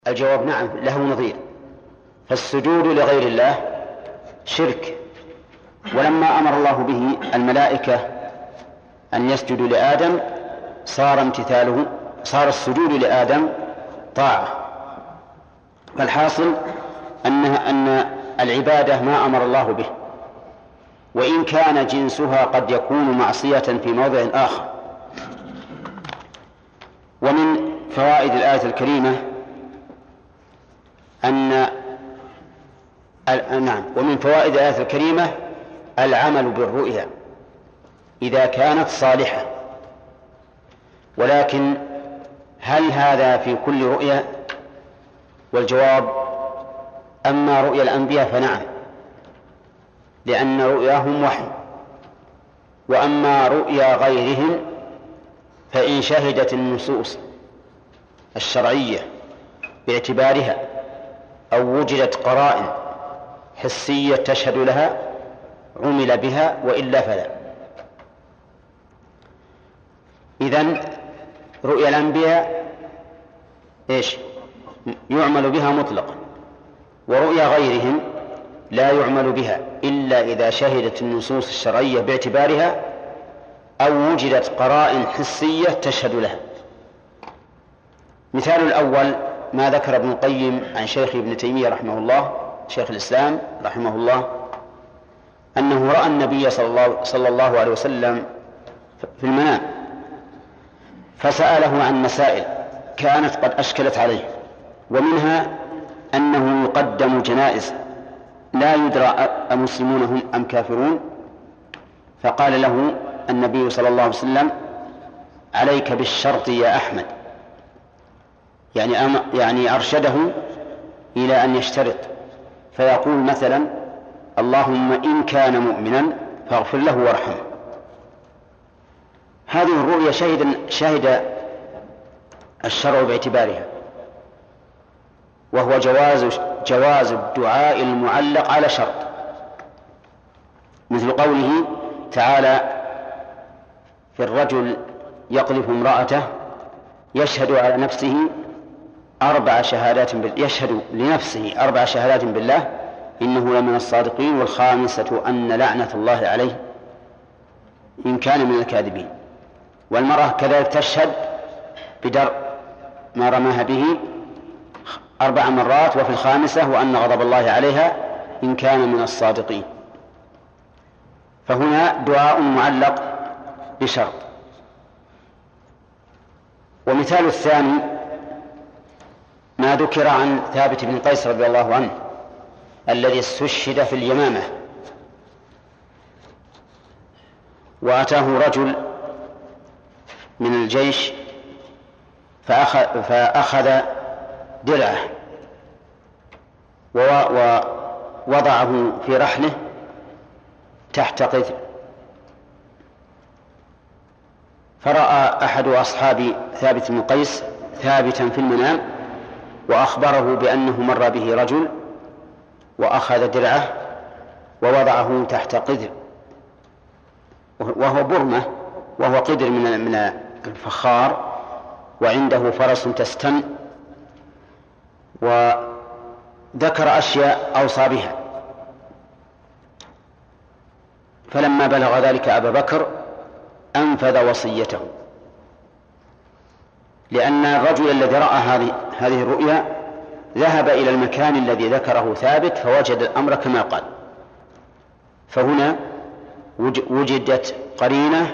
الجواب نعم، له نظير. فالسجود لغير الله شرك، ولما أمر الله به الملائكة أن يسجدوا لآدم صار السجود لآدم طاعة. فالحاصل أن العبادة ما أمر الله به، وإن كان جنسها قد يكون معصية في موضع آخر. ومن فوائد الآية الكريمة ومن فوائد الآية الكريمة العمل بالرؤيا إذا كانت صالحة. ولكن هل هذا في كل رؤيا؟ والجواب: أما رؤيا الأنبياء فنعم، لأن رؤياهم وحي. وأما رؤيا غيرهم فإن شهدت النصوص الشرعية باعتبارها أو وجدت قرائن حسية تشهد لها عمل بها، وإلا فلا. إذن رؤيا الأنبياء يعمل بها مطلقا، ورؤيا غيرهم لا يعمل بها إلا إذا شهدت النصوص الشرعية باعتبارها أو وجدت قرائن حسية تشهد لها. مثال الأول ما ذكر ابن القيم عن شيخ ابن تيمية رحمه الله، شيخ الإسلام رحمه الله، أنه رأى النبي صلى الله عليه وسلم في المنام، فسأله عن مسائل كانت قد أشكلت عليه، ومنها أنه يقدم جنائز لا يدرى أمسلمون هم أم كافرون، فقال له النبي صلى الله عليه وسلم: عليك بالشرط يا أحمد، يعني أرشده إلى أن يشترط، فيقول مثلا: اللهم إن كان مؤمنا فاغفر له وارحمه. هذه الرؤيا شهد الشرع باعتبارها، وهو جواز الدعاء المعلق على شرط، مثل قوله تعالى في الرجل يقذف امرأته يشهد على نفسه 4 شهادات يشهد لنفسه 4 شهادات بالله إنه لمن الصادقين، والخامسة أن لعنة الله عليه إن كان من الكاذبين. والمرأة كذلك تشهد بدرء ما رماها به 4 مرات، وفي الخامسة وأن غضب الله عليها إن كان من الصادقين. فهنا دعاء معلق بشرط. ومثال الثاني ما ذكر عن ثابت بن قيس رضي الله عنه الذي استشهد في اليمامة، وأتاه رجل من الجيش فأخذ درعه ووضعه في رحله تحت قذف، فرأى أحد أصحاب ثابت بن قيس ثابتا في المنام وأخبره بأنه مر به رجل وأخذ درعه ووضعه تحت قدر، وهو برمة، وهو قدر من الفخار، وعنده فرس تستن، وذكر أشياء أوصى بها. فلما بلغ ذلك أبا بكر أنفذ وصيته، لأن الرجل الذي رأى هذه الرؤيا ذهب إلى المكان الذي ذكره ثابت فوجد الأمر كما قال. فهنا وجدت قرينة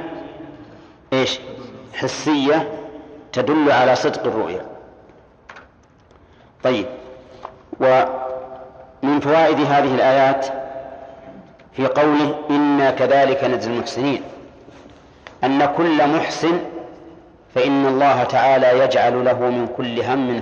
حسية تدل على صدق الرؤيا. طيب، ومن فوائد هذه الآيات في قوله إنا كذلك نجزي المحسنين أن كل محسن فإن الله تعالى يجعل له من كل هم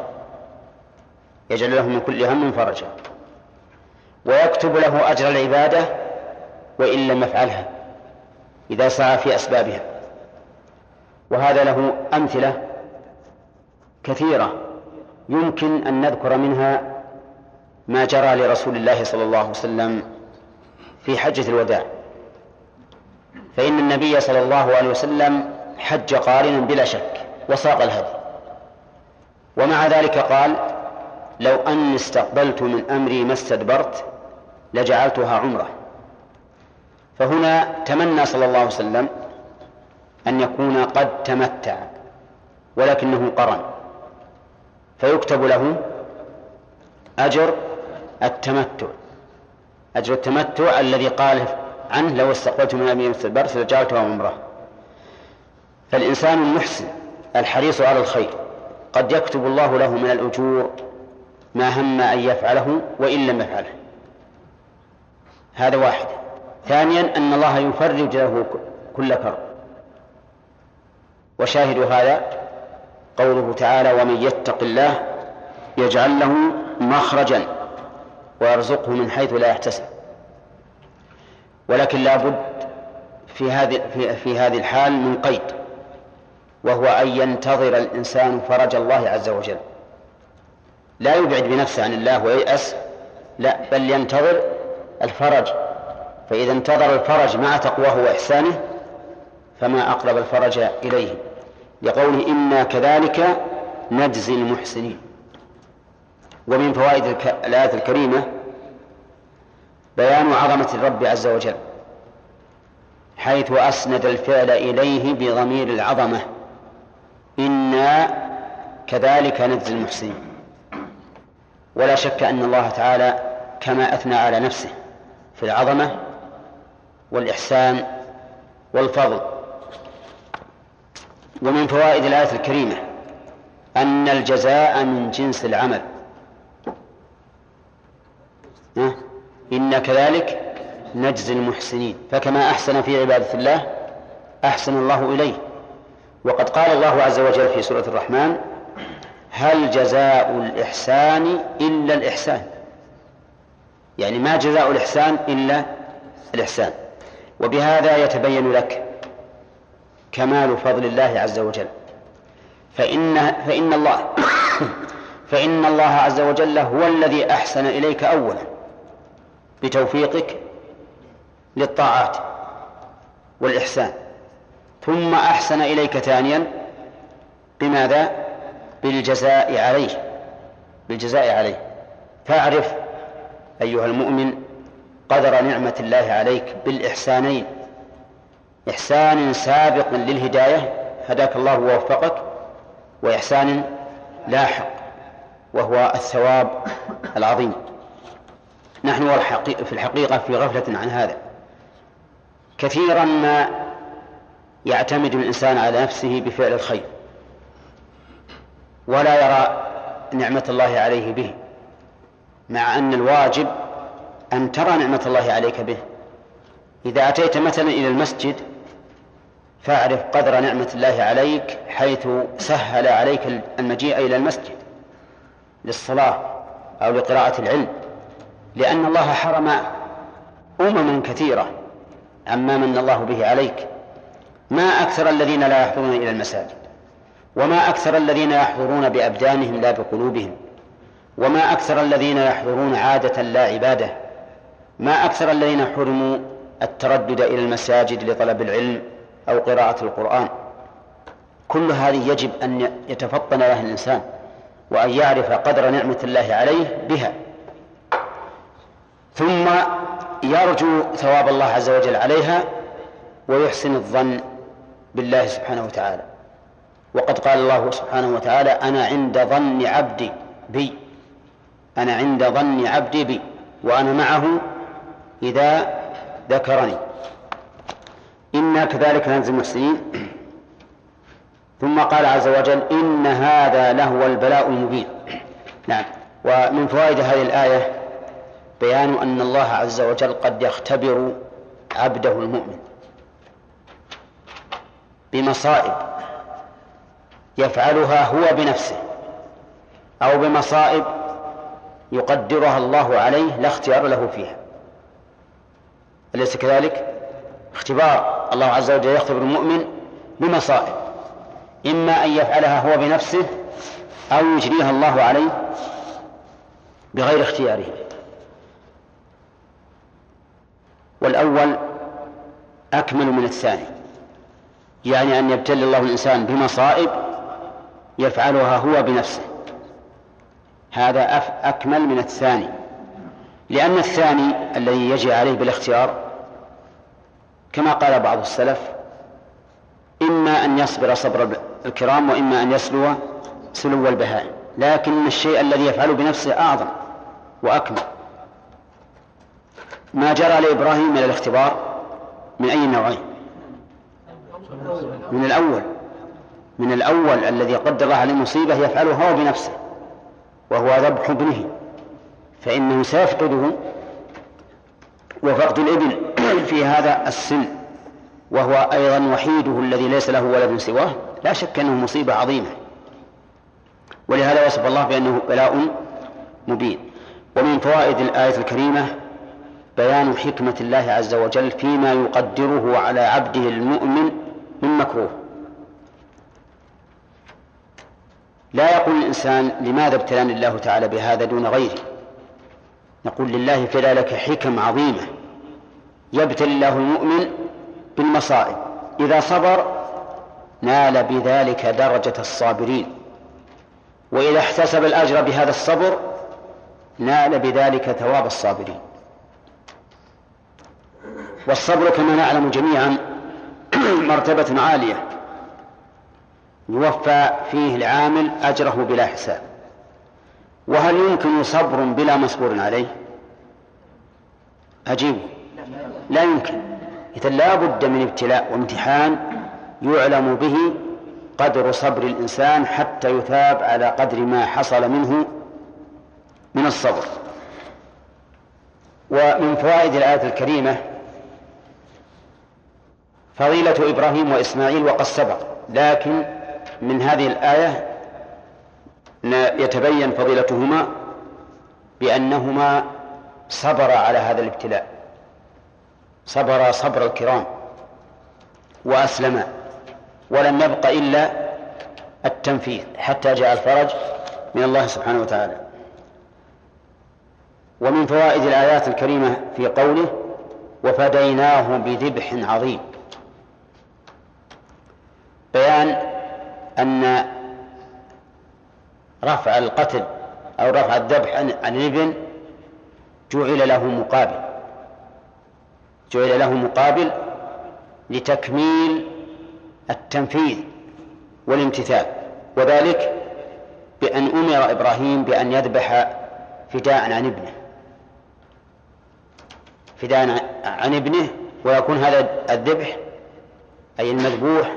فرجا، ويكتب له أجر العبادة وإن لم يفعلها إذا سعى في أسبابها. وهذا له أمثلة كثيرة يمكن أن نذكر منها ما جرى لرسول الله صلى الله عليه وسلم في حجة الوداع، فإن النبي صلى الله عليه وسلم حج قارنا بلا شك وساق الهدي، ومع ذلك قال: لو أني استقبلت من أمري ما استدبرت لجعلتها عمرة. فهنا تمنى صلى الله عليه وسلم أن يكون قد تمتع ولكنه قرن، فيكتب له أجر التمتع، أجر التمتع الذي قال عنه لو استقبلت من أمري ما استدبرت لجعلتها عمرة. فالإنسان المحسن الحريص على الخير قد يكتب الله له من الأجور ما هم أن يفعله وإن لم يفعله. هذا واحد. ثانيا أن الله يفرج له كل كرب. وشاهد هذا قوله تعالى ومن يتق الله يجعل له مخرجا ويرزقه من حيث لا يحتسب. ولكن لا بد في هذه الحال من قيد، وهو أن ينتظر الإنسان فرج الله عز وجل، لا يبعد بنفسه عن الله وييأس، لا، بل ينتظر الفرج. فإذا انتظر الفرج مع تقواه وإحسانه فما أقرب الفرج إليه، لقوله إنا كذلك نجزي المحسنين. ومن فوائد الآية الكريمة بيان عظمة الرب عز وجل، حيث أسند الفعل إليه بضمير العظمة، إنا كذلك نجزي المحسنين. ولا شك أن الله تعالى كما أثنى على نفسه في العظمة والإحسان والفضل. ومن فوائد الآية الكريمة أن الجزاء من جنس العمل. إن كذلك نجزي المحسنين، فكما أحسن في عبادة الله أحسن الله إليه. وقد قال الله عز وجل في سورة الرحمن هل جزاء الإحسان إلا الإحسان، يعني ما جزاء الإحسان إلا الإحسان. وبهذا يتبين لك كمال فضل الله عز وجل، فإن الله عز وجل هو الذي أحسن إليك أولا بتوفيقك للطاعات والإحسان، ثم أحسن إليك ثانيا بماذا؟ بالجزاء عليه. فاعرف أيها المؤمن قدر نعمة الله عليك بالإحسانين، إحسان سابق للهداية هداك الله ووفقك، وإحسان لاحق وهو الثواب العظيم. نحن في الحقيقة في غفلة عن هذا. كثيرا ما يعتمد الإنسان على نفسه بفعل الخير ولا يرى نعمة الله عليه به، مع أن الواجب أن ترى نعمة الله عليك به. إذا أتيت مثلا إلى المسجد فاعرف قدر نعمة الله عليك حيث سهل عليك المجيء إلى المسجد للصلاة أو لقراءة العلم، لأن الله حرم أمما كثيرة عما من الله به عليك. ما أكثر الذين لا يحضرون إلى المساجد، وما أكثر الذين يحضرون بأبدانهم لا بقلوبهم، وما أكثر الذين يحضرون عادة لا عبادة، ما أكثر الذين حرموا التردد إلى المساجد لطلب العلم أو قراءة القرآن. كل هذه يجب أن يتفطن لها الإنسان وأن يعرف قدر نعمة الله عليه بها، ثم يرجو ثواب الله عز وجل عليها ويحسن الظن بالله سبحانه وتعالى. وقد قال الله سبحانه وتعالى أنا عند ظن عبدي بي، أنا عند ظن عبدي بي وأنا معه إذا ذكرني. إنا كذلك نجزي المحسنين. ثم قال عز وجل إن هذا لهو البلاء المبين. نعم. ومن فوائد هذه الآية بيان أن الله عز وجل قد يختبر عبده المؤمن بمصائب يفعلها هو بنفسه أو بمصائب يقدرها الله عليه لا اختيار له فيها. أليس كذلك؟ اختبار الله عز وجل يختبر المؤمن بمصائب، إما أن يفعلها هو بنفسه أو يجريها الله عليه بغير اختياره. والأول أكمل من الثاني، يعني أن يبتلي الله الإنسان بمصائب يفعلها هو بنفسه هذا أكمل من الثاني، لأن الثاني الذي يجي عليه بالاختيار كما قال بعض السلف إما أن يصبر صبر الكرام وإما أن يسلو سلو البهائم، لكن الشيء الذي يفعله بنفسه أعظم وأكمل. ما جرى لإبراهيم من الاختبار من أي نوعين؟ من الأول الذي قدر الله عليه مصيبة يفعله هو بنفسه وهو ذبح ابنه، فإنه سيفقده، وفقد الابن في هذا السن وهو أيضا وحيده الذي ليس له ولد سواه لا شك أنه مصيبة عظيمة، ولهذا وصف الله بأنه بلاء مبين. ومن فوائد الآية الكريمة بيان حكمة الله عز وجل فيما يقدره على عبده المؤمن من مكروه. لا يقول الإنسان لماذا ابتلاني الله تعالى بهذا دون غيره، نقول لله في ذلك حكم عظيمة، يبتلي الله المؤمن بالمصائب، إذا صبر نال بذلك درجة الصابرين، وإذا احتسب الأجر بهذا الصبر نال بذلك ثواب الصابرين. والصبر كما نعلم جميعا مرتبة عالية يوفى فيه العامل أجره بلا حساب. وهل يمكن صبر بلا مصبور عليه؟ أجيب لا يمكن. إذا لا بد من ابتلاء وامتحان يعلم به قدر صبر الإنسان حتى يثاب على قدر ما حصل منه من الصبر. ومن فوائد الآية الكريمة فضيلة إبراهيم وإسماعيل وقد سبق، لكن من هذه الآية يتبين فضيلتهما بأنهما صبر على هذا الابتلاء، صبر صبر الكرام وأسلما، ولم يبق إلا التنفيذ حتى جاء الفرج من الله سبحانه وتعالى. ومن فوائد الآيات الكريمة في قوله وفديناه بذبح عظيم بيان أن رفع القتل أو رفع الذبح عن الابن جعل له مقابل لتكميل التنفيذ والامتثال، وذلك بأن أمر إبراهيم بأن يذبح فداء عن ابنه ويكون هذا الذبح أي المذبوح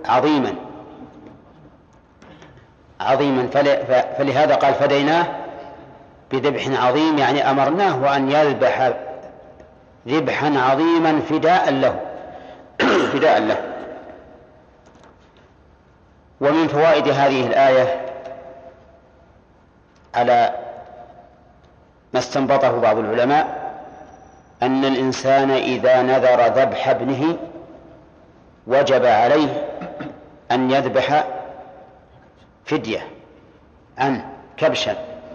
عظيما فلهذا قال فديناه بذبح عظيم، يعني أمرناه أن يذبح ذبحا عظيما فداء له. ومن فوائد هذه الآية على ما استنبطه بعض العلماء أن الإنسان إذا نذر ذبح ابنه وجب عليه أن يذبح فدية عن كبشا،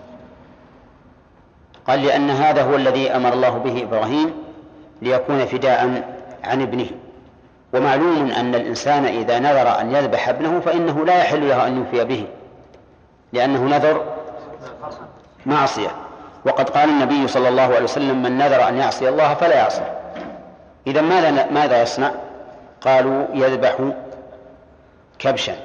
قال لأن هذا هو الذي أمر الله به إبراهيم ليكون فداء عن ابنه. ومعلوم أن الإنسان إذا نذر أن يذبح ابنه فإنه لا يحل له أن يوفي به، لأنه نذر معصية، وقد قال النبي صلى الله عليه وسلم من نذر أن يعصي الله فلا يعصيه. إذا ماذا يصنع؟ قالوا يذبح كبشا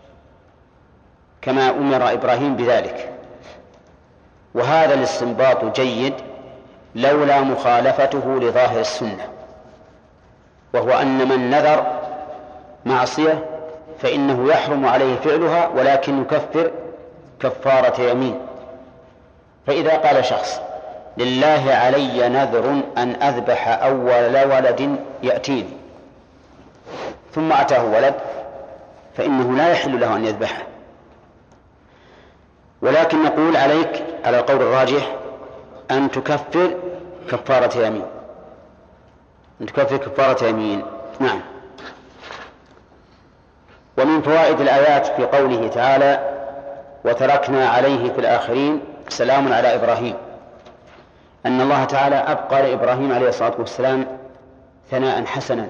كما أمر إبراهيم بذلك. وهذا الاستنباط جيد لولا مخالفته لظاهر السنة، وهو أن من نذر معصية فإنه يحرم عليه فعلها ولكن يكفر كفارة يمين. فإذا قال شخص لله علي نذر أن أذبح أول ولد يأتيني ثم أتاه ولد فإنه لا يحل له أن يذبحه، ولكن نقول عليك على القول الراجح أن تكفر كفارة يمين. نعم. ومن فوائد الآيات في قوله تعالى وتركنا عليه في الآخرين سلام على إبراهيم أن الله تعالى أبقى لإبراهيم عليه الصلاة والسلام ثناء حسنا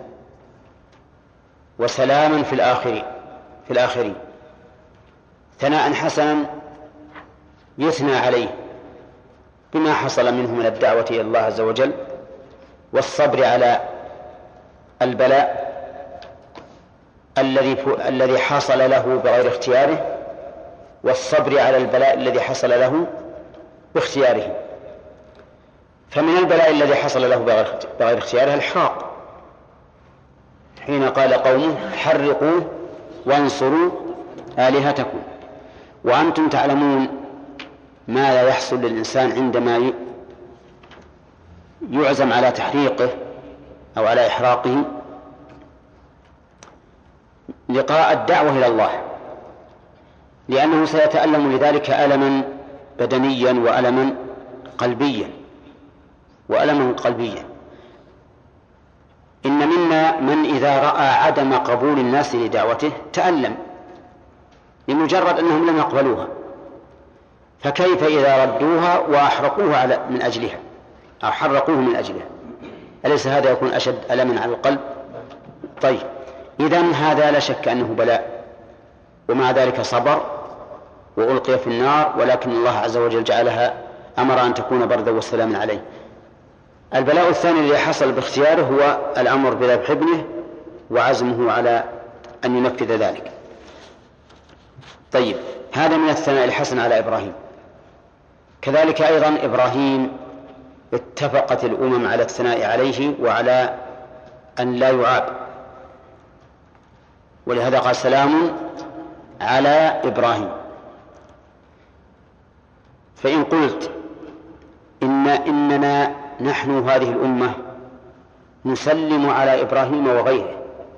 وسلاما في الآخرين ثناء حسنا يثنى عليه بما حصل منه من الدعوة إلى الله عز وجل والصبر على البلاء الذي حصل له بغير اختياره والصبر على البلاء الذي حصل له باختياره. فمن البلاء الذي حصل له بغير اختياره الإحراق، حين قال قومه حرقوا وانصروا آلهتكم. وأنتم تعلمون ماذا يحصل للإنسان عندما يعزم على تحريقه أو على إحراقه. لقاء الدعوة إلى الله، لأنه سيتألم لذلك ألما بدنيا وألما قلبيا إن منا من إذا رأى عدم قبول الناس لدعوته تألم لمجرد أنهم لم يقبلوها، فكيف إذا ردوها وأحرقوها من أجلها أو حرقوه من أجلها؟ أليس هذا يكون أشد ألما على القلب؟ طيب، إذن هذا لا شك أنه بلاء، ومع ذلك صبر وألقي في النار، ولكن الله عز وجل جعلها أمر أن تكون بردا والسلام عليه. البلاء الثاني الذي حصل باختياره هو الأمر بذبح ابنه وعزمه على أن ينفذ ذلك. طيب، هذا من الثناء الحسن على إبراهيم. كذلك أيضا إبراهيم اتفقت الأمم على الثناء عليه وعلى أن لا يعاب، ولهذا قال سلام على إبراهيم. فإن قلت إننا نحن هذه الأمة نسلم على إبراهيم وغيره،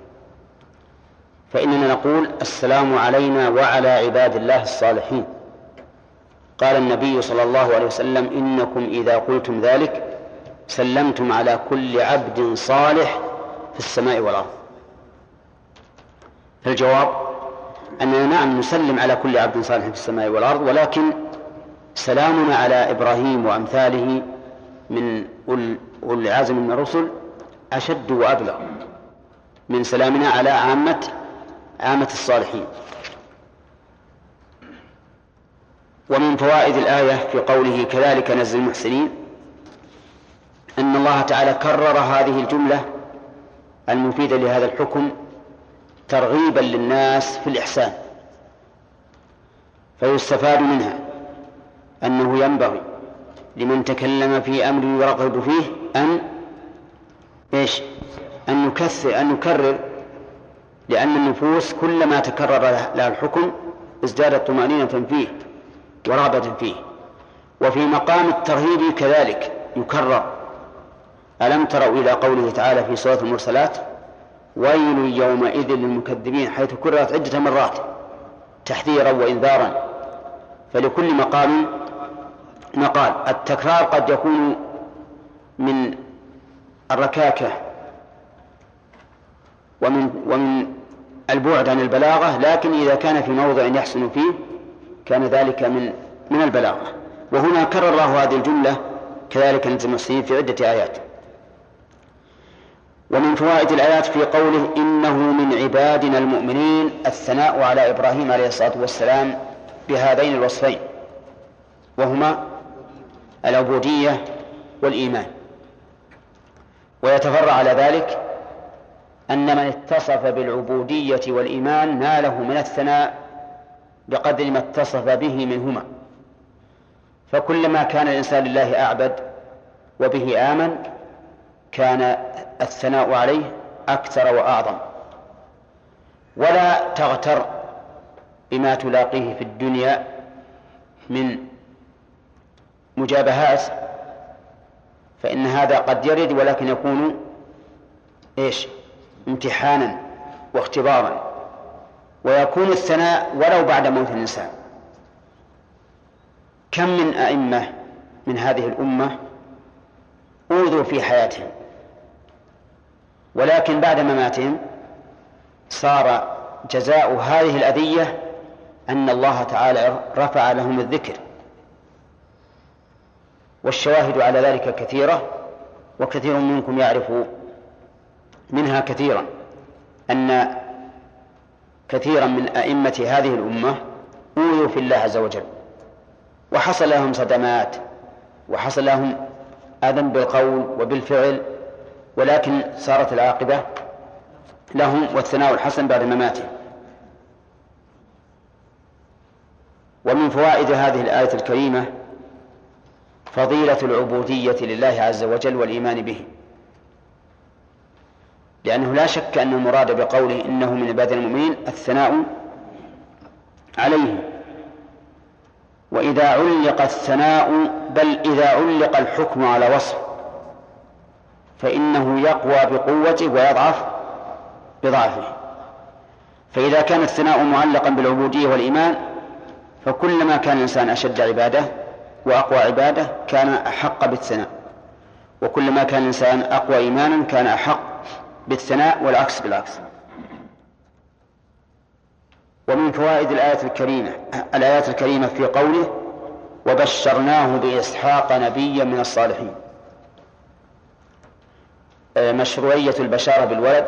فإننا نقول السلام علينا وعلى عباد الله الصالحين. قال النبي صلى الله عليه وسلم إنكم إذا قلتم ذلك سلمتم على كل عبد صالح في السماء والأرض. فالجواب أننا نعم نسلم على كل عبد صالح في السماء والأرض، ولكن سلامنا على إبراهيم وأمثاله من أولي العزم من الرسل أشد وأبلغ من سلامنا على عامة الصالحين. ومن فوائد الآية في قوله كذلك نجزي المحسنين أن الله تعالى كرر هذه الجملة المفيدة لهذا الحكم ترغيبا للناس في الإحسان، فيستفاد منها أنه ينبغي لمن تكلم في أمر يرغب فيه أن نكرر، لأن النفوس كلما تكرر لها الحكم ازدادت طمأنينة فيه ورغبة فيه. وفي مقام الترهيب كذلك يكرر. ألم تروا إلى قوله تعالى في سورة المرسلات ويل يومئذ للمكذبين، حيث كررت عدة مرات تحذيرا وإنذارا، فلكل مقام مقال. التكرار قد يكون من الركاكة ومن البعد عن البلاغة، لكن إذا كان في موضع يحسن فيه كان ذلك من البلاغة. وهنا كرر الله هذه الجملة كذلك نجزي المحسنين في عدة آيات. ومن فوائد الآيات في قوله إنه من عبادنا المؤمنين الثناء على إبراهيم عليه الصلاة والسلام بهذين الوصفين، وهما العبودية والإيمان. ويتفرع على ذلك أن من اتصف بالعبودية والإيمان ناله من الثناء بقدر ما اتصف به منهما، فكلما كان الإنسان لله أعبد وبه آمن كان الثناء عليه أكثر وأعظم. ولا تغتر بما تلاقيه في الدنيا من مجابهات، فإن هذا قد يرد ولكن يكون امتحانا واختبارا، ويكون الثناء ولو بعد موت الإنسان. كم من أئمة من هذه الأمة أوذوا في حياتهم، ولكن بعد مماتهم صار جزاء هذه الأذية أن الله تعالى رفع لهم الذكر. والشواهد على ذلك كثيرة، وكثير منكم يعرف منها كثيرا، أن كثيرا من أئمة هذه الأمة أوذوا في الله عز وجل، وحصل لهم صدمات وحصل لهم أذى بالقول وبالفعل، ولكن صارت العاقبة لهم والثناء الحسن بعد مماته. ومن فوائد هذه الآية الكريمة فضيلة العبودية لله عز وجل والإيمان به، لأنه لا شك أن المراد بقوله إنه من عبادنا المؤمنين الثناء عليه. وإذا علق الثناء بل إذا علق الحكم على وصف فإنه يقوى بقوته ويضعف بضعفه. فإذا كان الثناء معلقا بالعبودية والإيمان فكلما كان الإنسان أشد عبادة وأقوى عبادة كان أحق بالثناء، وكلما كان الإنسان أقوى إيمانا كان أحق بالثناء، والعكس بالعكس. ومن فوائد الآيات الكريمة في قوله وبشرناه بإسحاق نبيا من الصالحين مشروعية البشارة بالولد،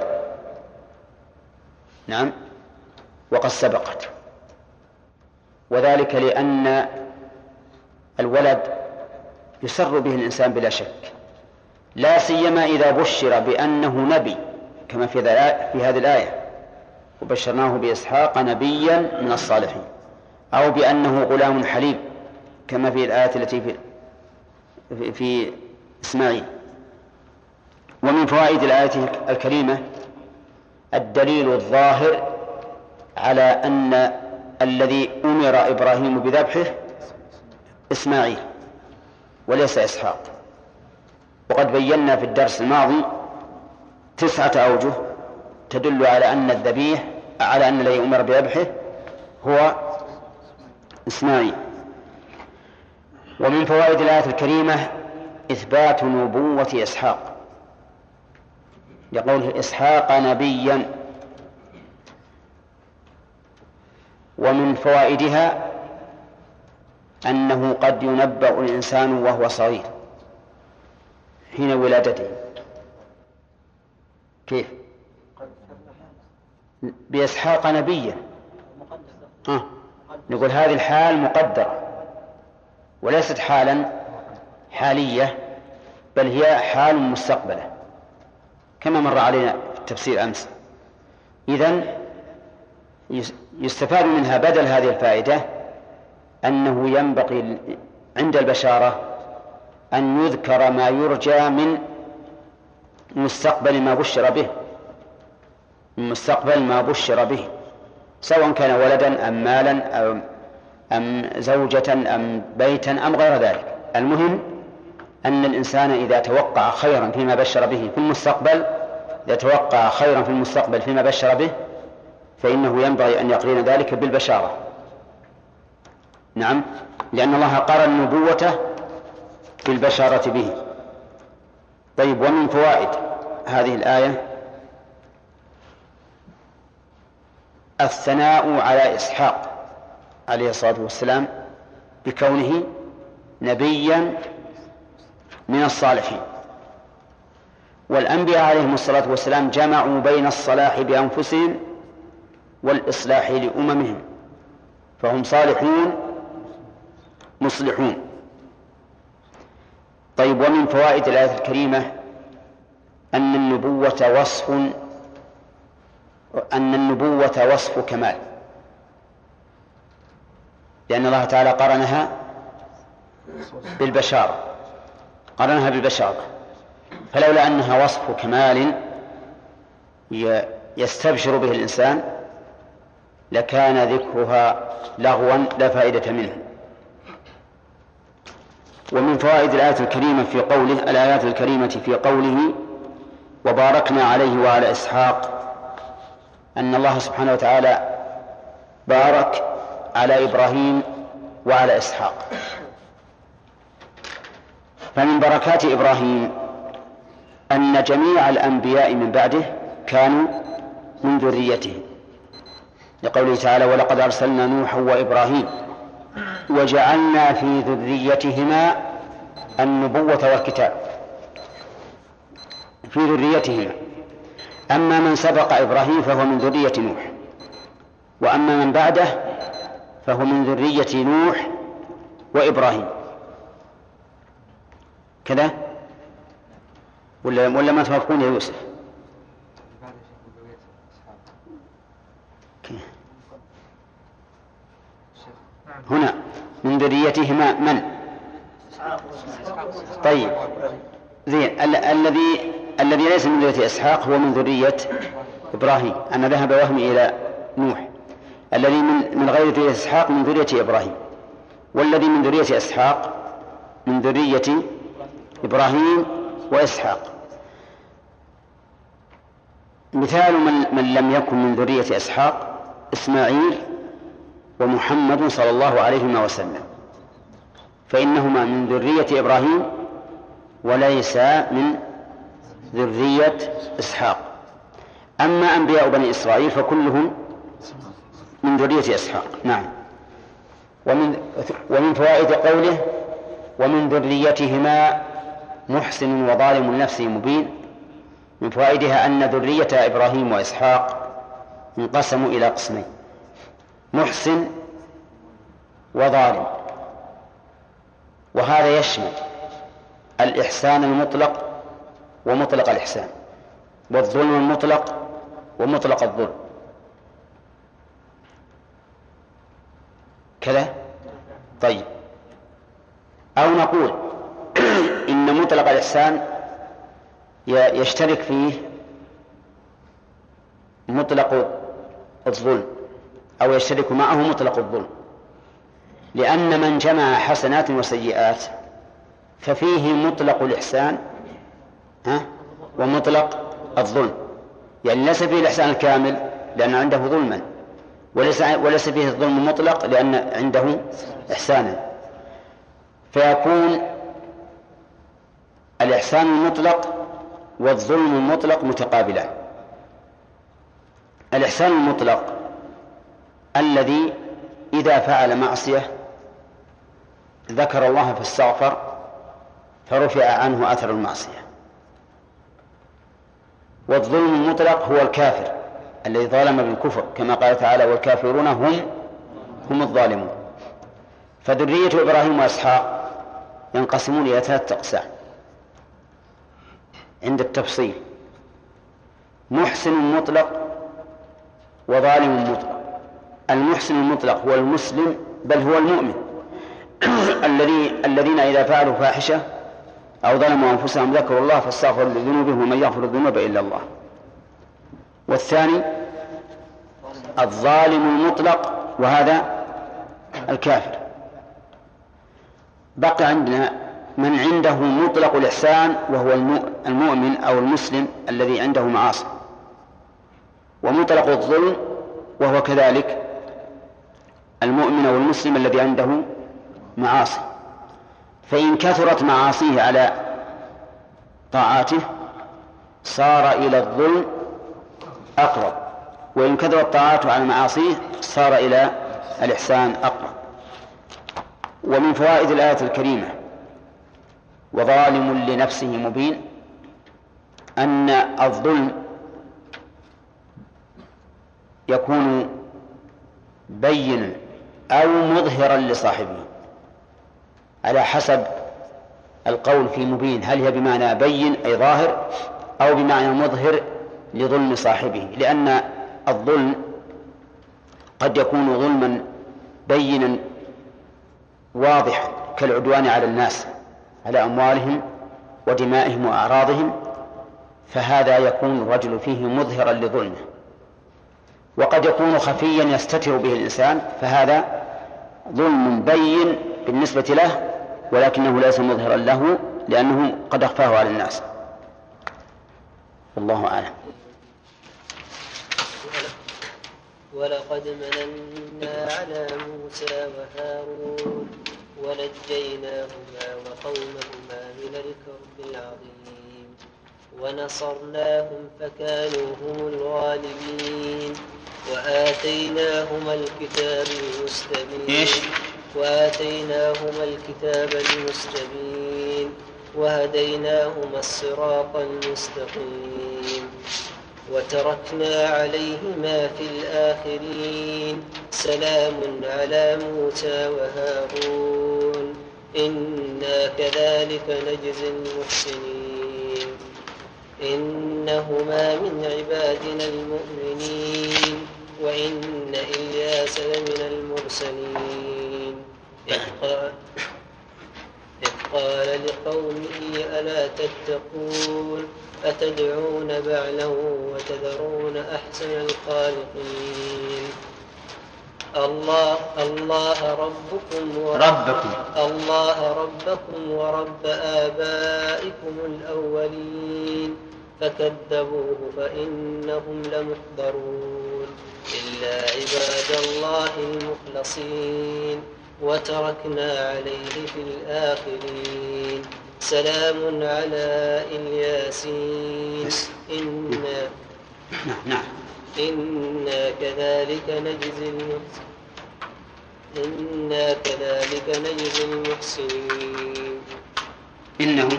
نعم، وقد سبقت، وذلك لأن الولد يسر به الإنسان بلا شك، لا سيما إذا بشر بأنه نبي كما في هذه الآية وبشرناه بإسحاق نبيا من الصالحين، أو بأنه غلام حليم كما في الآية التي في إسماعيل. ومن فوائد الآية الكريمة الدليل الظاهر على أن الذي أمر إبراهيم بذبحه إسماعيل وليس إسحاق. وقد بينا في الدرس الماضي 9 أوجه تدل على أن الذبيح على أن الذي أمر بذبحه هو إسماعيل. ومن فوائد الآية الكريمة إثبات نبوة إسحاق لقوله إسحاق نبيا. ومن فوائدها أنه قد ينبأ الإنسان وهو صغير حين ولادته. كيف؟ بإسحاق نبيا. نقول هذه الحال مقدرة وليست حالا حالية، بل هي حال مستقبلة كما مر علينا في التفسير أمس. إذن يستفاد منها بدل هذه الفائدة أنه ينبغي عند البشارة أن يذكر ما يرجى من مستقبل ما بشر به، من مستقبل ما بشر به، سواء كان ولدا أم مالا أم زوجة أم بيتا أم غير ذلك. المهم أن الإنسان إذا توقع خيرا فيما بشر به في المستقبل، يتوقع خيرا في المستقبل فيما بشر به، فإنه ينبغي أن يقرن ذلك بالبشارة. نعم، لأن الله قرن نبوته بالبشارة به. طيب، ومن فوائد هذه الآية الثناء على إسحاق عليه الصلاة والسلام بكونه نبيا من الصالحين. والأنبياء عليهم الصلاة والسلام جمعوا بين الصلاح بأنفسهم والإصلاح لأممهم، فهم صالحون مصلحون. طيب، ومن فوائد الآية الكريمة أن النبوة وصف كمال، لأن الله تعالى قرنها بالبشارة، فلولا أنها وصف كمال يستبشر به الإنسان لكان ذكرها لغوا لا فائدة منه. ومن فوائد الآيات الكريمة في قوله وباركنا عليه وعلى إسحاق أن الله سبحانه وتعالى بارك على إبراهيم وعلى إسحاق. فمن بركات إبراهيم أن جميع الأنبياء من بعده كانوا من ذريته، لقوله تعالى ولقد أرسلنا نوحا وإبراهيم وجعلنا في ذريتهما النبوة والكتاب، في ذريتهما. أما من سبق إبراهيم فهو من ذرية نوح، وأما من بعده فهو من ذرية نوح وإبراهيم كذا ولا ما توافقون يا يوسف؟ هنا من ذريتهما من؟ طيب زين. الذي ليس من ذرية إسحاق هو من ذرية إبراهيم. أنا ذهب وهمي إلى نوح. الذي من غير ذرية إسحاق من ذرية إبراهيم، والذي من ذرية إسحاق من ذرية إبراهيم وإسحاق. مثال من لم يكن من ذرية إسحاق إسماعيل ومحمد صلى الله عليه وسلم، فإنهما من ذرية إبراهيم وليس من ذرية إسحاق. أما أنبياء بني إسرائيل فكلهم من ذرية إسحاق. نعم. ومن فوائد قوله ومن ذريتهما محسن وظالم لنفسه مبين، من فوائدها أن ذرية إبراهيم وإسحاق انقسموا إلى قسمين: محسن وظالم، وهذا يشمل الإحسان المطلق ومطلق الإحسان، والظلم المطلق ومطلق الظلم. كذا؟ طيب. أو نقول إن مطلق الإحسان يشترك فيه مطلق الظلم، أو يشترك معه مطلق الظلم، لأن من جمع حسنات وسيئات ففيه مطلق الإحسان ومطلق الظلم. يعني ليس فيه الإحسان الكامل لأن عنده ظلما، وليس فيه الظلم المطلق لأن عنده إحسانا، فيكون الإحسان المطلق والظلم المطلق متقابلان. الإحسان المطلق الذي إذا فعل معصية ذكر الله فاستغفر فرفع عنه أثر المعصية. والظلم المطلق هو الكافر الذي ظلم بالكفر، كما قال تعالى والكافرون هم الظالمون. فذرية إبراهيم وإسحاق ينقسمون إلى 3 أقسام عند التفصيل: محسن مطلق وظالم مطلق. المحسن المطلق هو المسلم بل هو المؤمن الذين إذا فعلوا فاحشة أو ظلموا أنفسهم ذكروا الله فاستغفروا لذنوبهم ومن يغفر الذنوب إلا الله. والثاني الظالم المطلق وهذا الكافر. بقى عندنا من عنده مطلق الإحسان وهو المؤمن أو المسلم الذي عنده معاصي، ومطلق الظلم وهو كذلك المؤمن أو المسلم الذي عنده معاصي. فإن كثرت معاصيه على طاعاته صار إلى الظلم أقرب، وإن كثرت طاعاته على معاصيه صار إلى الإحسان أقرب. ومن فوائد الآية الكريمة وظالم لنفسه مبين أن الظلم يكون بينا أو مظهرا لصاحبه على حسب القول في مبين، هل هي بمعنى بين أي ظاهر أو بمعنى مظهر لظلم صاحبه، لأن الظلم قد يكون ظلما بينا واضحا كالعدوان على الناس على أموالهم ودمائهم وأعراضهم، فهذا يكون الرجل فيه مظهرا لظلمه. وقد يكون خفيا يستتر به الإنسان، فهذا ظلم بين بالنسبة له ولكنه ليس مظهرا له لأنه قد أخفاه على الناس. والله أعلم. ولقد مننا على موسى وهارون ونجيناهما وقومهما من الكرب العظيم ونصرناهم فكانوا هم الغالبين وآتيناهما الكتاب المستبين وهديناهما الصراط المستقيم وتركنا عليهما في الآخرين سلام على موسى وهارون إنا كذلك نجزي المحسنين إنهما من عبادنا المؤمنين وإن إلياس لمن المرسلين إذ قال لقومه ألا تتقون أتدعون بعلا وتذرون أحسن الخالقين الله ربكم ورب آبائكم الأولين فكذبوه فإنهم لمحضرون إلا عباد الله المخلصين وتركنا عليه في الآخرين سلام على الياسين إنا كذلك نجزي المحسنين إنا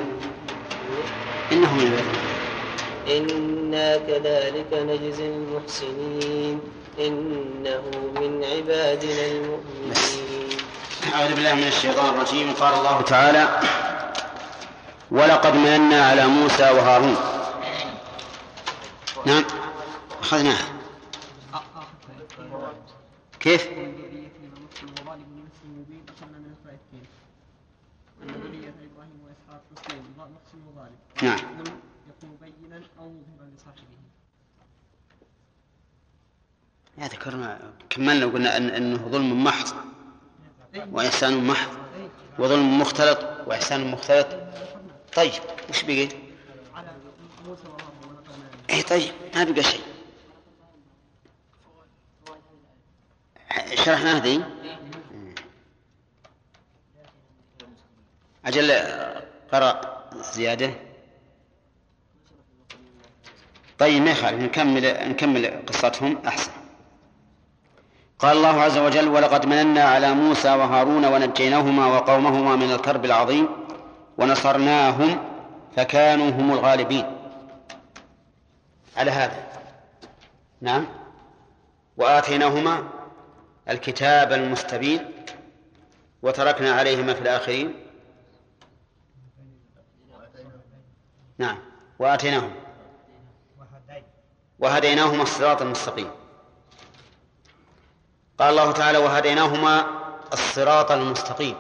كذلك نجزي المحسنين إنه من عبادنا المؤمنين. أعوذ بالله من الشيطان الرجيم. قال الله تعالى: ولقد مننا على موسى وهارون. نعم أخذناه. كيف؟ نعم. يا ذكرنا كملنا وقلنا أنه ظلم محض وإحسان محض وظلم مختلط وإحسان مختلط. طيب وش بقي؟ إيه طيب ما بقى شيء. شرحنا هذه أجل قرأ زيادة. طيب ما يخالف نكمل قصتهم أحسن. قال الله عز وجل: ولقد مننا على موسى وهارون ونجيناهما وقومهما من الكرب العظيم ونصرناهم فكانوا هم الغالبين. على هذا نعم. وآتيناهما الكتاب المستبين وتركنا عليهما في الآخرين. نعم. وهديناهما الصراط المستقيم. قال الله تعالى: وهديناهما الصراط المستقيم.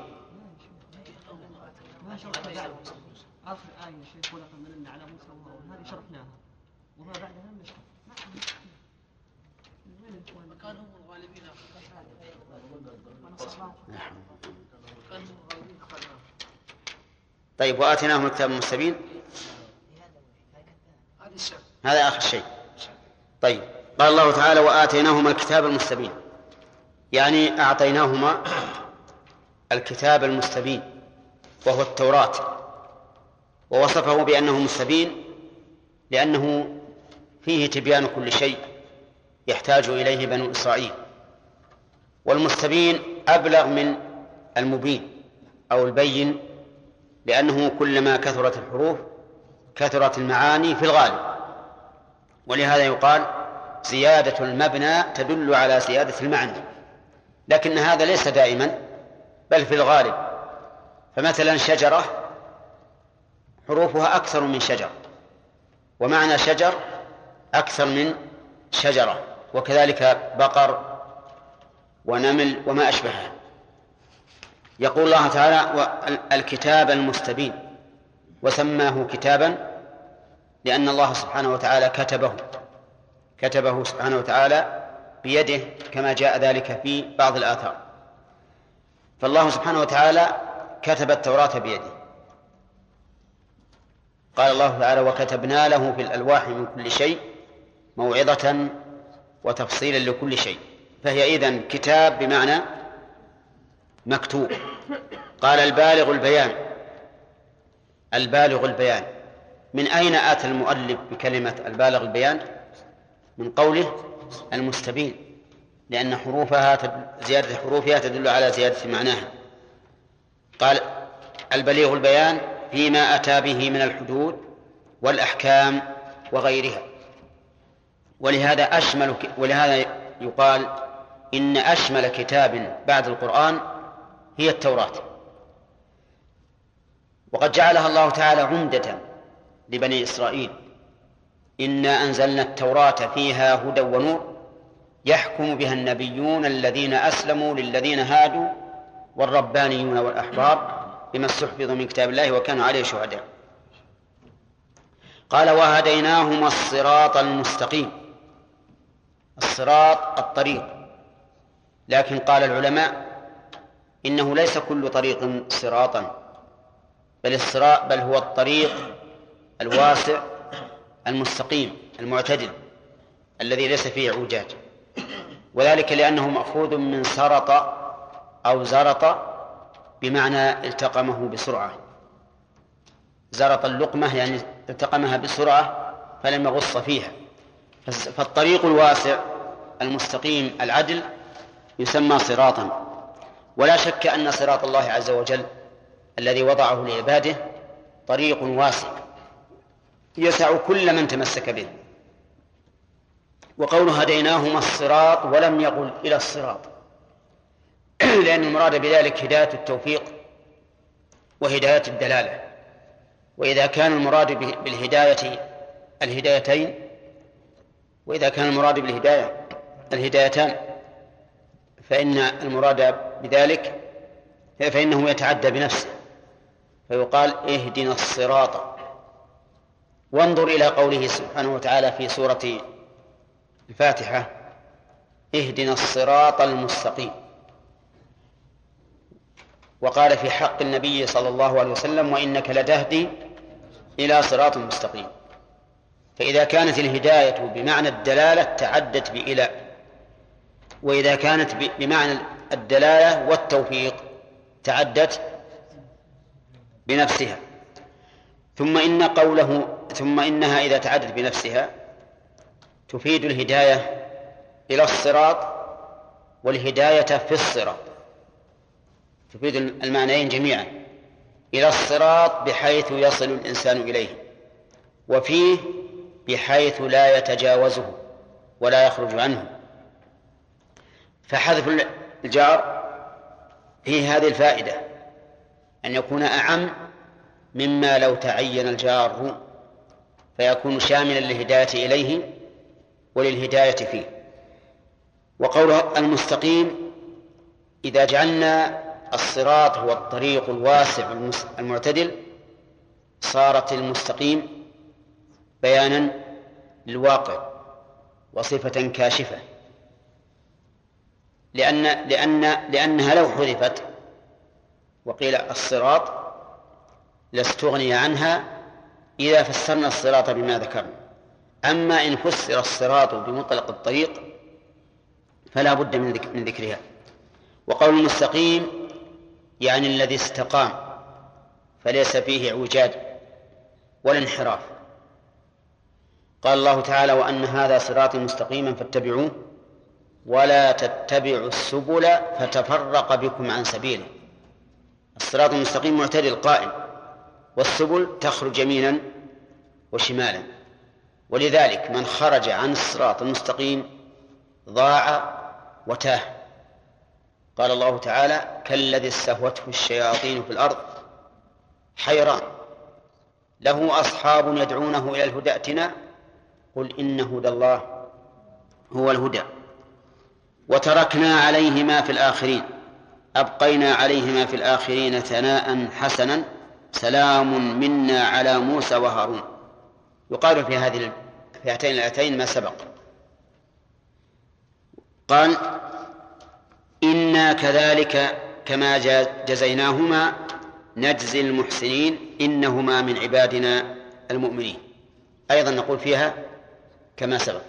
آخر آية شيخ ولقد مننا على موسى وهارون هذه شرحناها وما بعدها نشرح. كانوا الغالبين. طيب وآتيناهم الكتاب المستبين هذا آخر شيء. طيب قال الله تعالى: وآتيناهما الكتاب المستبين، يعني أعطيناهما الكتاب المستبين وهو التوراة، ووصفه بأنه مستبين لأنه فيه تبيان كل شيء يحتاج إليه بنو إسرائيل. والمستبين أبلغ من المبين أو البين، لأنه كلما كثرت الحروف كثرت المعاني في الغالب، ولهذا يقال زيادة المبنى تدل على زيادة المعنى، لكن هذا ليس دائما بل في الغالب. فمثلا شجرة حروفها أكثر من شجر، ومعنى شجر أكثر من شجرة، وكذلك بقر ونمل وما أشبهها. يقول الله تعالى: الكتاب المستبين، وسماه كتابا لأن الله سبحانه وتعالى كتبه سبحانه وتعالى بيده كما جاء ذلك في بعض الآثار. فالله سبحانه وتعالى كتب التوراة بيده. قال الله تعالى: وكتبنا له في الألواح من كل شيء موعظة وتفصيلا لكل شيء. فهي إذن كتاب بمعنى مكتوب. قال: البالغ البيان. من أين آتى المؤلف بكلمة البالغ البيان؟ من قوله المستبين، لأن زيادة حروفها تدل على زيادة معناها. قال: البليغ البيان فيما أتى به من الحدود والأحكام وغيرها. ولهذا يقال إن أشمل كتاب بعد القرآن هي التوراة، وقد جعلها الله تعالى عمدة لبني إسرائيل: إنا أنزلنا التوراة فيها هدى ونور يحكم بها النبيون الذين أسلموا للذين هادوا والربانيون والأحبار بما استحفظوا من كتاب الله وكانوا عليه شهداء. قال: وهديناهما الصراط المستقيم. الصراط الطريق، لكن قال العلماء إنه ليس كل طريق صراطا، بل هو الطريق الواسع المستقيم المعتدل الذي ليس فيه اعوجاج، وذلك لأنه مأخوذ من سرط أو زرط بمعنى التقمه بسرعة. زرط اللقمة يعني التقمها بسرعة فلم يغص فيها. فالطريق الواسع المستقيم العدل يسمى صراطا. ولا شك أن صراط الله عز وجل الذي وضعه لعباده طريق واسع يسع كل من تمسك به. وقوله هديناهما الصراط ولم يقل إلى الصراط، لأن المراد بذلك هداية التوفيق وهداية الدلالة. وإذا كان المراد بالهداية الهدايتين، وإذا كان المراد بالهداية الهدايتان، فإن المراد بذلك فإنه يتعدى بنفسه، فيقال اهدنا الصراط. وانظر إلى قوله سبحانه وتعالى في سورة الفاتحة: اهدنا الصراط المستقيم. وقال في حق النبي صلى الله عليه وسلم: وإنك لتهدي إلى صراط مستقيم. فإذا كانت الهداية بمعنى الدلالة تعدت بإلى، وإذا كانت بمعنى الدلالة والتوفيق تعدت بنفسها. ثم إنها إذا تعدت بنفسها تفيد الهداية إلى الصراط والهداية في الصراط، تفيد المعنيين جميعا: إلى الصراط بحيث يصل الإنسان إليه، وفيه بحيث لا يتجاوزه ولا يخرج عنه. فحذف الجار فيه هذه الفائدة، أن يكون أعم مما لو تعين الجار، فيكون شاملا للهداية إليه وللهداية فيه. وقوله المستقيم: إذا جعلنا الصراط هو الطريق الواسع المعتدل صارت المستقيم بيانا للواقع وصفة كاشفة، لأنها لو حذفت وقيل الصراط لاستغني عنها إذا فسرنا الصراط بما ذكرنا. أما إن فسر الصراط بمطلق الطريق فلا بد من ذكرها. وقول المستقيم يعني الذي استقام فليس فيه اعوجاج ولا انحراف. قال الله تعالى: وأن هذا صراطي مستقيما فاتبعوه ولا تتبعوا السبل فتفرق بكم عن سبيله. الصراط المستقيم معتدل قائم، والسبل تخرج يمينا وشمالا، ولذلك من خرج عن الصراط المستقيم ضاع وتاه. قال الله تعالى: كالذي استهوته الشياطين في الأرض حيران له أصحاب يدعونه إلى الهدى ائتنا قل إن هدى الله هو الهدى وتركنا عليهما في الآخرين أبقينا عليهما في الآخرين ثناء حسنا سلام منا على موسى وهارون. يقال في هاتين الآيتين ما سبق. قال: إنا كذلك كما جزيناهما نجزي المحسنين إنهما من عبادنا المؤمنين. أيضا نقول فيها كما سبق.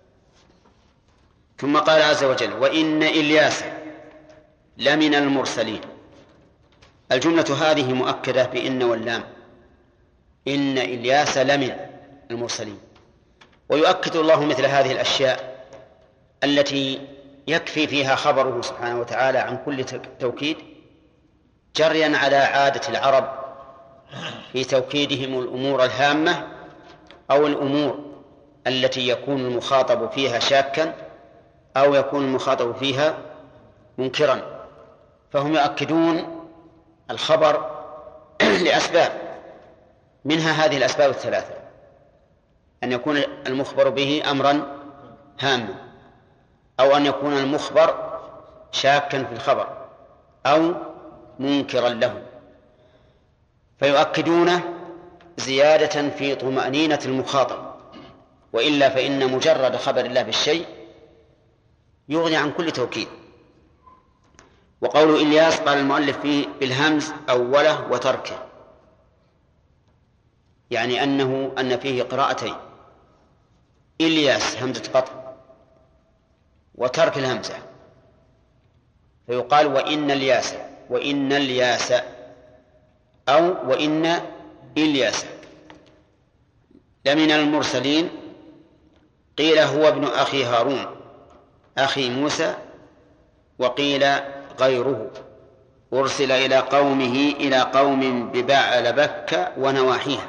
ثم قال عز وجل: وإن إلياس لمن المرسلين. الجملة هذه مؤكدة بإن واللام، إن إلياس لمن المرسلين. ويؤكد الله مثل هذه الأشياء التي يكفي فيها خبره سبحانه وتعالى عن كل توكيد جريا على عادة العرب في توكيدهم الأمور الهامة أو الأمور التي يكون المخاطب فيها شاكا أو يكون المخاطب فيها منكرا، فهم يؤكدون الخبر لأسباب، منها هذه الأسباب الثلاثة: أن يكون المخبر به أمرا هاما، أو أن يكون المخبر شاكا في الخبر، أو منكرا له، فيؤكدون زيادة في طمأنينة المخاطب، وإلا فإن مجرد خبر الله بالشيء يغني عن كل توكيد. وقول إلياس قال المؤلف فيه بالهمز أوله وتركه، يعني أن فيه قراءتين: إلياس همزة قطع وترك الهمزة، فيقال وإن الياس، وإن الياس، أو وإن إلياس. لمن المرسلين قيل هو ابن أخي هارون أخي موسى، وقيل غيره أرسل إلى قومه إلى قوم ببعل بكة ونواحيها.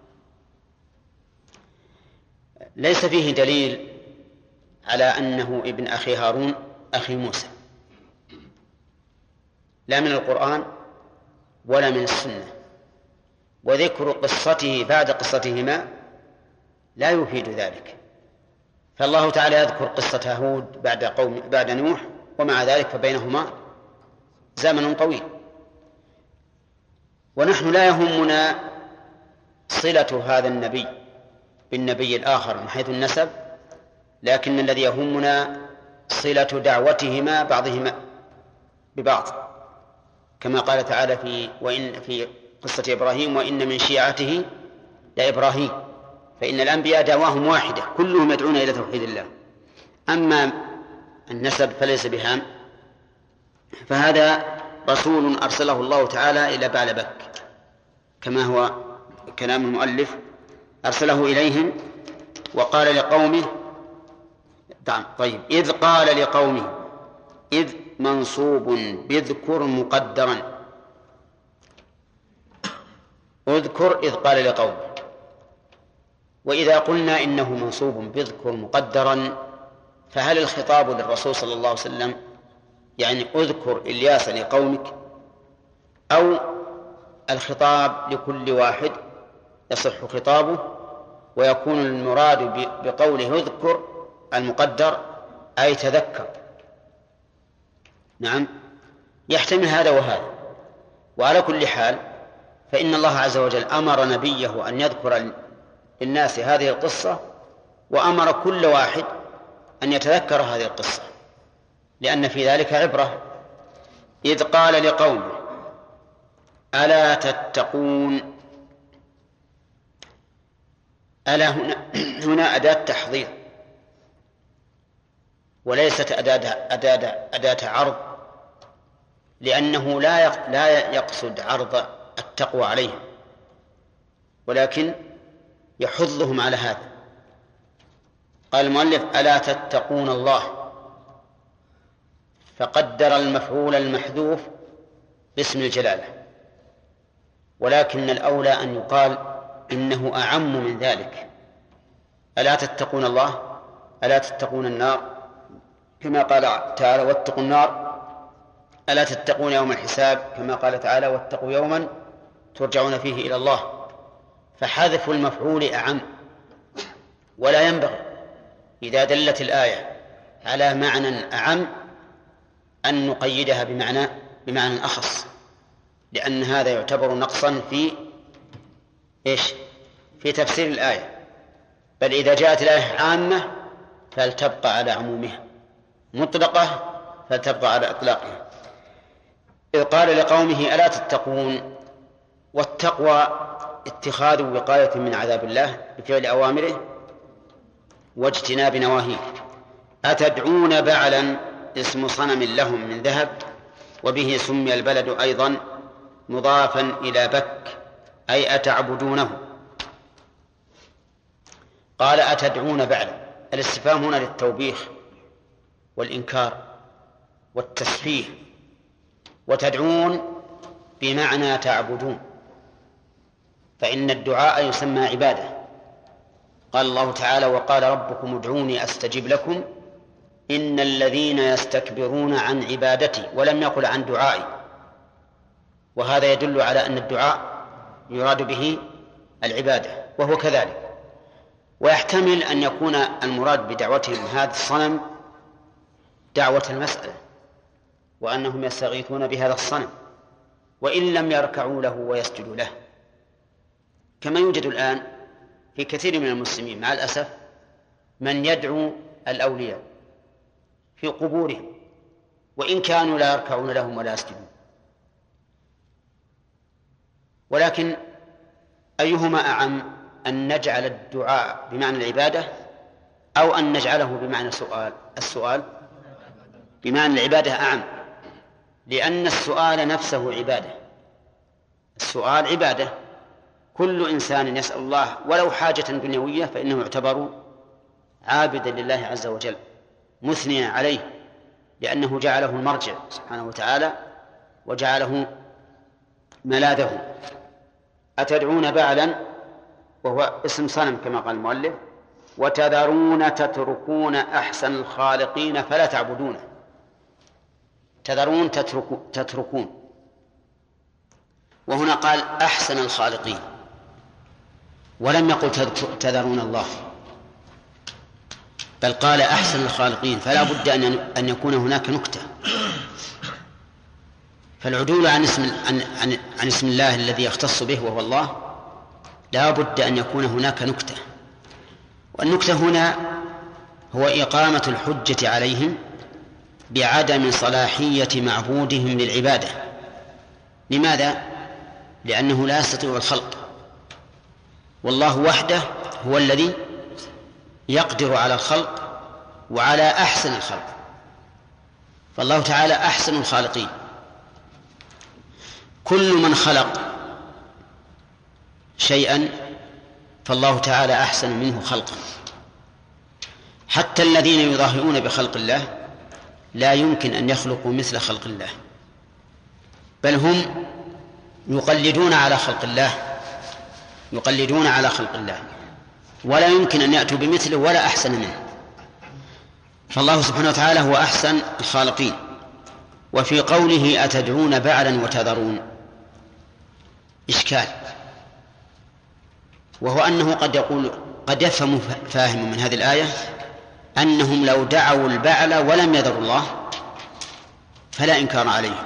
ليس فيه دليل على أنه ابن أخي هارون أخي موسى، لا من القرآن ولا من السنة، وذكر قصته بعد قصتهما لا يفيد ذلك. فالله تعالى يذكر قصة هود بعد نوح، ومع ذلك فبينهما زمن طويل. ونحن لا يهمنا صلة هذا النبي بالنبي الآخر من حيث النسب، لكن الذي يهمنا صلة دعوتهما بعضهما ببعض، كما قال تعالى في قصة إبراهيم: وإن من شيعته لإبراهيم. فإن الأنبياء دعواهم واحدة، كلهم يدعون إلى توحيد الله. أما النسب فليس بهام، فهذا رسول أرسله الله تعالى إلى بعل بك، كما هو كلام المؤلف: أرسله إليهم وقال لقومه. طيب، إذ قال لقومه، إذ منصوب بذكر مقدرا، اذكر إذ قال لقومه. وإذا قلنا إنه منصوب بذكر مقدرا، فهل الخطاب للرسول صلى الله عليه وسلم، يعني اذكر إلياس لقومك، أو الخطاب لكل واحد يصح خطابه، ويكون المراد بقوله اذكر المقدر أي تذكر؟ نعم، يحتمل هذا وهذا. وعلى كل حال فإن الله عز وجل أمر نبيه أن يذكر للناس هذه القصة، وأمر كل واحد أن يتذكر هذه القصة، لأن في ذلك عبرة. إذ قال لقومه ألا تتقون، ألا هنا أداة تحضير، وليست أداة عرض، لأنه لا يقصد عرض التقوى عليهم، ولكن يحضهم على هذا. قال المؤلف ألا تتقون الله، فقدر المفعول المحذوف باسم الجلالة، ولكن الأولى أن يقال إنه أعم من ذلك. ألا تتقون الله، ألا تتقون النار، كما قال تعالى واتقوا النار، ألا تتقون يوم الحساب، كما قال تعالى واتقوا يوما ترجعون فيه إلى الله. فحذف المفعول أعم، ولا ينبغي إذا دلت الآية على معنى أعم أن نقيدها بمعنى أخص، لأن هذا يعتبر نقصا في تفسير الآية. بل إذا جاءت الآية عامة فلتبقى على عمومها، مطلقة فلتبقى على إطلاقها. إذ قال لقومه ألا تتقون، والتقوى اتخاذ وقاية من عذاب الله بفعل أوامره واجتناب نواهيه. أتدعون بعلا اسم صنم لهم من ذهب، وبه سمي البلد أيضا، مضافا إلى بك أي أتعبدونه. قال أتدعون بعلا، الاستفهام هنا للتوبيخ والإنكار والتسفيه، وتدعون بمعنى تعبدون، فإن الدعاء يسمى عبادة. قال الله تعالى وقال ربكم ادعوني أستجب لكم إن الذين يستكبرون عن عبادتي، ولم يقل عن دعائي، وهذا يدل على أن الدعاء يراد به العبادة وهو كذلك. ويحتمل أن يكون المراد بدعوتهم هذا الصنم دعوة المسألة، وأنهم يستغيثون بهذا الصنم وإن لم يركعوا له ويسجدوا له، كما يوجد الآن في كثير من المسلمين مع الأسف من يدعو الأولياء في قبورهم وإن كانوا لا يركعون لهم ولا يسجدون. ولكن أيهما أعم، أن نجعل الدعاء بمعنى العبادة أو أن نجعله بمعنى السؤال بمعنى العبادة أعم، لأن السؤال نفسه عبادة. السؤال عبادة، كل إنسان يسأل الله ولو حاجة دنيوية فإنه يعتبر عابدا لله عز وجل مثنيا عليه، لأنه جعله المرجع سبحانه وتعالى وجعله ملاذه. أتدعون بعلا وهو اسم صنم كما قال المؤلف، وتذرون تتركون أحسن الخالقين فلا تعبدونه. تذرون تتركون، وهنا قال أحسن الخالقين ولم يقل تذرون الله، بل قال أحسن الخالقين، فلا بد أن يكون هناك نكتة. فالعدول عن اسم الله الذي يختص به وهو الله لا بد أن يكون هناك نكتة، والنكتة هنا هو إقامة الحجة عليهم بعدم صلاحية معبودهم للعبادة. لماذا؟ لأنه لا يستطيع الخلق، والله وحده هو الذي يقدر على الخلق وعلى أحسن الخلق، فالله تعالى أحسن الخالقين. كل من خلق شيئا فالله تعالى أحسن منه خلقا. حتى الذين يظاهرون بخلق الله لا يمكن أن يخلقوا مثل خلق الله، بل هم يقلدون على خلق الله، ولا يمكن أن يأتوا بمثله ولا أحسن منه. فالله سبحانه وتعالى هو أحسن الخالقين. وفي قوله أتدعون بعلا وتذرون إشكال، وهو أنه قد يفهم فاهم من هذه الآية أنهم لو دعوا البعل ولم يذروا الله فلا إنكار عليه.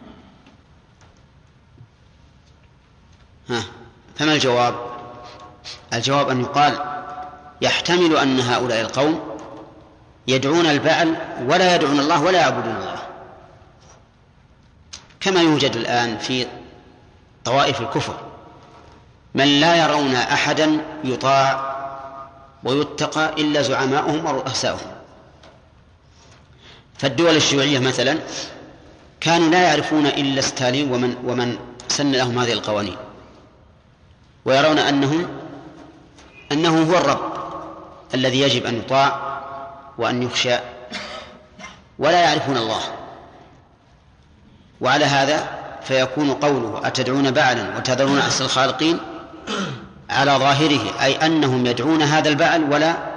فما الجواب؟ الجواب أن يقال يحتمل أن هؤلاء القوم يدعون البعل ولا يدعون الله ولا يعبدون الله، كما يوجد الآن في طوائف الكفر من لا يرون أحدا يطاع ويتقى إلا زعماؤهم ورؤساؤهم. فالدول الشيوعية مثلا كانوا لا يعرفون إلا ستالين ومن سن لهم هذه القوانين، ويرون أنه هو الرب الذي يجب أن يطاع وأن يخشى، ولا يعرفون الله. وعلى هذا فيكون قوله أتدعون بعلا وتذرون أحسن الخالقين على ظاهره أي أنهم يدعون هذا البعل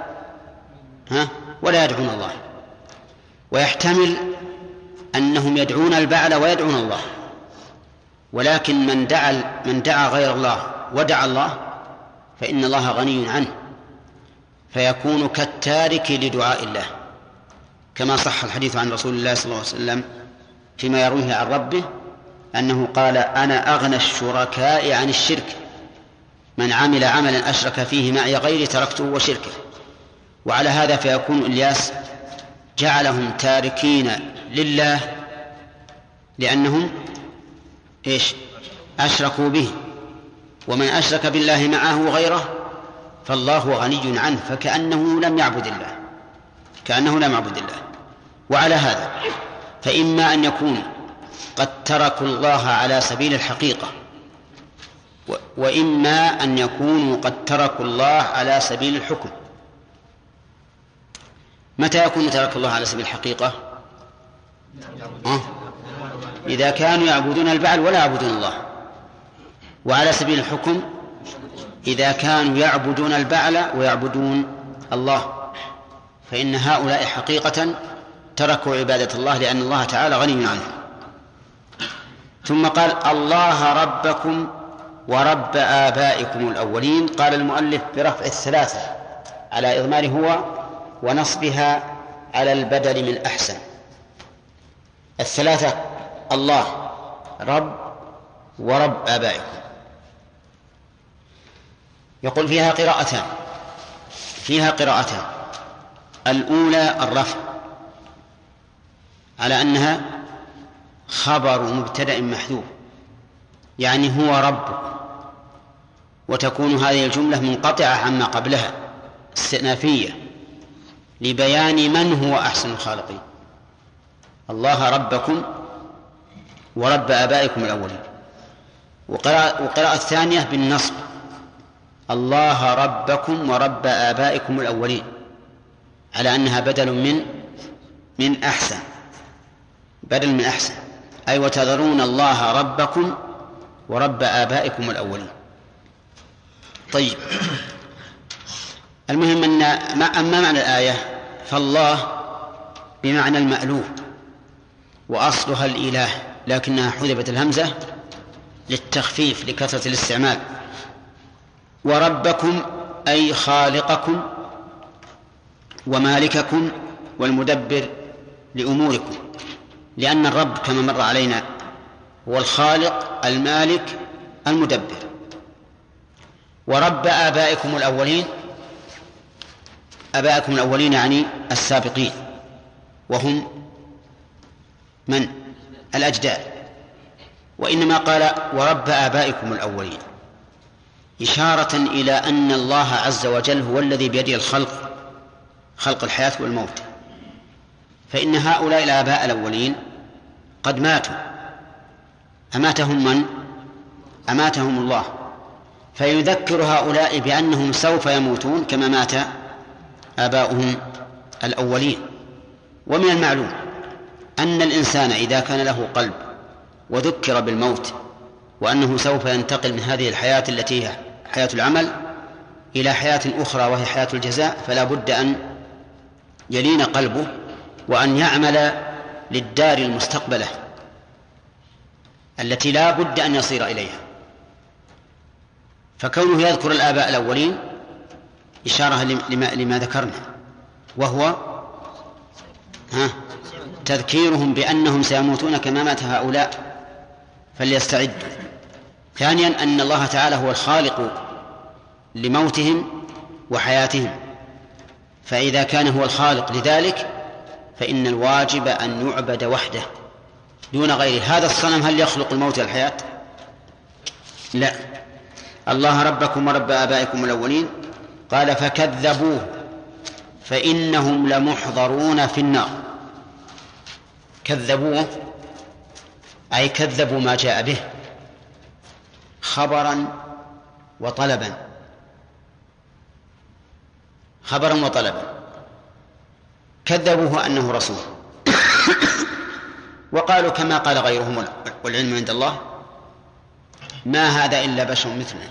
ولا يدعون الله. ويحتمل أنهم يدعون البعل ويدعون الله، ولكن من دعا غير الله ودعا الله فإن الله غني عنه، فيكون كالتارك لدعاء الله، كما صح الحديث عن رسول الله صلى الله عليه وسلم فيما يرويه عن ربه أنه قال أنا أغنى الشركاء عن الشرك، من عمل عملا أشرك فيه معي غيري تركته وشركه. وعلى هذا فيكون إلياس جعلهم تاركين لله لأنهم أشركوا به، ومن أشرك بالله معه غيره فالله غني عنه، فكأنه لم يعبد الله. وعلى هذا فإما أن يكون قد تركوا الله على سبيل الحقيقة، وإما أن يكونوا قد تركوا الله على سبيل الحكم. متى يكون ترك الله على سبيل الحقيقة؟ إذا كانوا يعبدون البعل ولا يعبدون الله. وعلى سبيل الحكم إذا كانوا يعبدون البعل ويعبدون الله، فإن هؤلاء حقيقة تركوا عبادة الله لأن الله تعالى غني عنهم. ثم قال الله ربكم ورب آبائكم الأولين. قال المؤلف برفع الثلاثة على إضمار هو ونصبها على البدل من أحسن. الثلاثة الله رب ورب آبائكم. يقول فيها قراءتان. الأولى الرفع على أنها خبر مبتدأ محذوف، يعني هو رب، وتكون هذه الجملة منقطعة عما قبلها استئنافية لبيان من هو أحسن الخالقين. الله ربكم ورب آبائكم الأولين. وقراءة الثانية بالنصب الله ربكم ورب آبائكم الأولين، على أنها بدل من أحسن، بدل من أحسن، أي وتذرون الله ربكم ورب آبائكم الأولين. طيب، المهم أن أما معنى الآية فالله بمعنى المألوه وأصلها الإله، لكنها حذفت الهمزة للتخفيف لكثرة الاستعمال. وربكم أي خالقكم ومالككم والمدبر لأموركم، لأن الرب كما مر علينا هو الخالق المالك المدبر. ورب آبائكم الأولين، آبائكم الأولين يعني السابقين، وهم من؟ الأجداد. وإنما قال ورب آبائكم الأولين إشارة إلى أن الله عز وجل هو الذي بيده الخلق، خلق الحياة والموت، فإن هؤلاء الآباء الأولين قد ماتوا. أماتهم من؟ أماتهم الله، فيذكر هؤلاء بأنهم سوف يموتون كما مات آباؤهم الأولين. ومن المعلوم أن الإنسان إذا كان له قلب وذكر بالموت وأنه سوف ينتقل من هذه الحياة التي هي حياة العمل إلى حياة أخرى وهي حياة الجزاء، فلا بد أن يلين قلبه وأن يعمل للدار المستقبلة التي لا بد أن يصير إليها. فكونه يذكر الآباء الأولين إشارة لما ذكرنا، وهو تذكيرهم بأنهم سيموتون كما مات هؤلاء فليستعدوا. ثانيا أن الله تعالى هو الخالق لموتهم وحياتهم، فإذا كان هو الخالق لذلك فإن الواجب أن يعبد وحده دون غيره. هذا الصنم هل يخلق الموت والحياة؟ لا. الله ربكم ورب آبائكم الأولين. قال فكذبوه فإنهم لمحضرون في النار. كذبوه أي كذبوا ما جاء به خبرا وطلبا، خبرا وطلبا. كذبوه أنه رسول وقالوا كما قال غيرهم والعلم عند الله ما هذا إلا بشر مثلنا.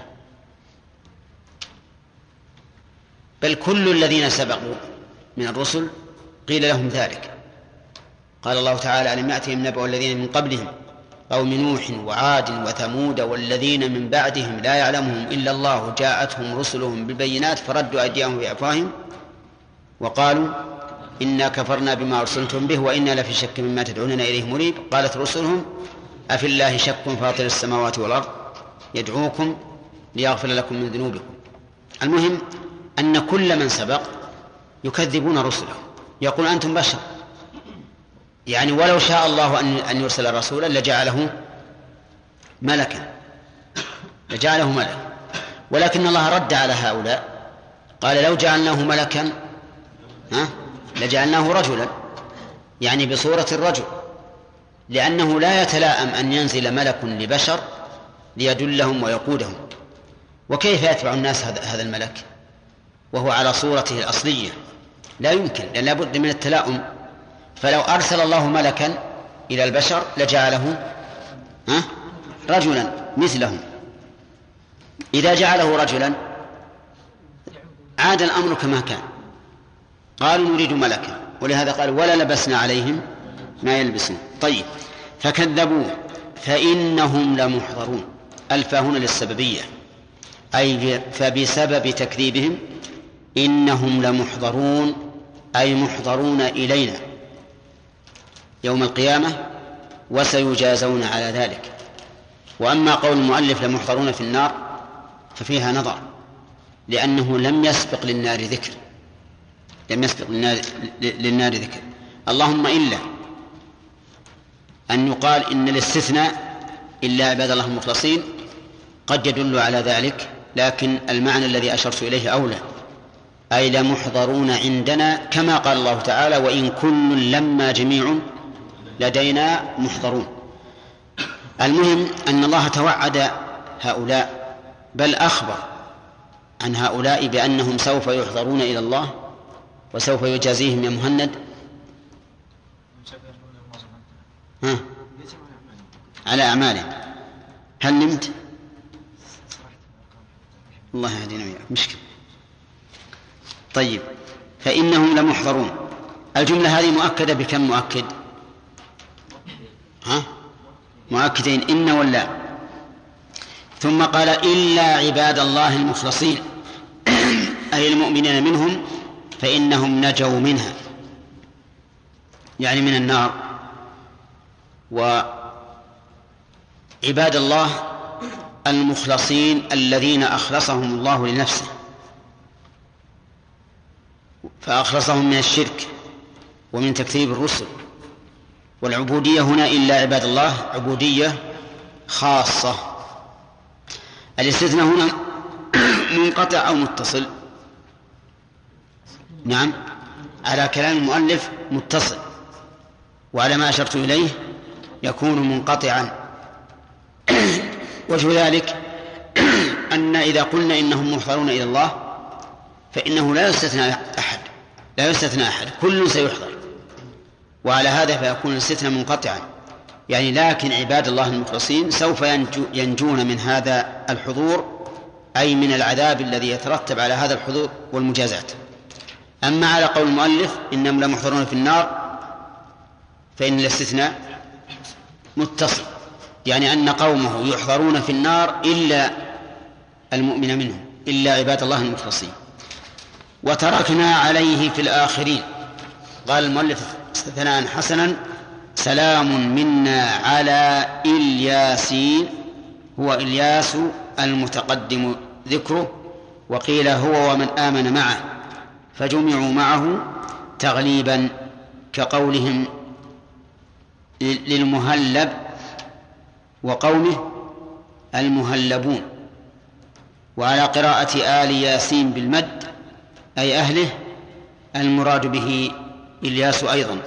بل كل الذين سبقوا من الرسل قيل لهم ذلك. قال الله تعالى ألم يأتهم نبأ الذين من قبلهم قوم نوح وعاد وثمود والذين من بعدهم لا يعلمهم إلا الله جاءتهم رسلهم بالبينات فردوا أيديهم بأفواههم وقالوا إنا كفرنا بما أرسلتم به وإنا لفي شك مما تدعوننا إليه مريب. قالت رسلهم أفي الله شك فاطر السماوات والأرض يدعوكم ليغفر لكم من ذنوبكم. المهم أن كل من سبق يكذبون رسله، يقول أنتم بشر، يعني ولو شاء الله أن يرسل رسولا لجعله ملكا، لجعله ملك، ولكن الله رد على هؤلاء قال لو جعلناه ملكا لجعلناه رجلا، يعني بصورة الرجل، لأنه لا يتلائم أن ينزل ملك لبشر ليدلهم ويقودهم. وكيف يتبع الناس هذا الملك وهو على صورته الأصلية؟ لا يمكن، لأن لا بد من التلاؤم. فلو أرسل الله ملكا إلى البشر لجعله رجلا مثلهم. إذا جعله رجلا عاد الأمر كما كان، قالوا نريد ملكا، ولهذا قال ولا لبسنا عليهم ما يلبسون. طيب، فكذبوه فإنهم لمحضرون. الفاء هنا للسببية، أي فبسبب تكذيبهم إنهم لمحضرون، أي محضرون إلينا يوم القيامة وسيجازون على ذلك. وأما قول المؤلف لمحضرون في النار ففيها نظر، لأنه لم يسبق للنار ذكر، للنار ذكر، اللهم إلا أن يقال إن الاستثناء إلا عباد الله المخلصين قد يدل على ذلك، لكن المعنى الذي أشرت إليه أولى، أي لمحضرون عندنا كما قال الله تعالى وإن كل لما جميع لدينا محضرون. المهم أن الله توعد هؤلاء، بل أخبر عن هؤلاء بأنهم سوف يحضرون إلى الله وسوف يجازيهم يا مهند على أعمالهم. هل نمت؟ الله يهدينا وياك، مشكلة. طيب، فإنهم لمحضرون. الجملة هذه مؤكدة بكم مؤكد؟ مؤكدين، إن ولا. ثم قال إلا عباد الله المخلصين أي المؤمنين منهم فإنهم نجوا منها، يعني من النار. وعباد الله المخلصين الذين أخلصهم الله لنفسه، فأخلصهم من الشرك ومن تكذيب الرسل. والعبودية هنا إلا عباد الله عبودية خاصة. الاستثناء هنا منقطع أو متصل؟ نعم، على كلام المؤلف متصل، وعلى ما أشرت إليه يكون منقطعا. وجه ذلك أن إذا قلنا إنهم محضرون إلى الله فإنه لا يستثنى أحد، كل سيحضر، وعلى هذا فيكون الاستثناء منقطعا، يعني لكن عباد الله المخلصين سوف ينجون من هذا الحضور، أي من العذاب الذي يترتب على هذا الحضور والمجازات. أما على قول المؤلف إنهم لمحضرون في النار فإن الاستثناء متصل، يعني أن قومه يحضرون في النار إلا المؤمن منهم، إلا عباد الله المخلصين. وتركنا عليه في الآخرين. قال المؤلف استثناء حسنا: سلام منا على إلياسين، هو إلياس المتقدم ذكره، وقيل هو ومن آمن معه، فجمعوا معه تغليبا كقولهم للمهلب وقومه المهلبون. وعلى قراءة آل ياسين بالمد أي أهله، المراد به إلياس أيضا.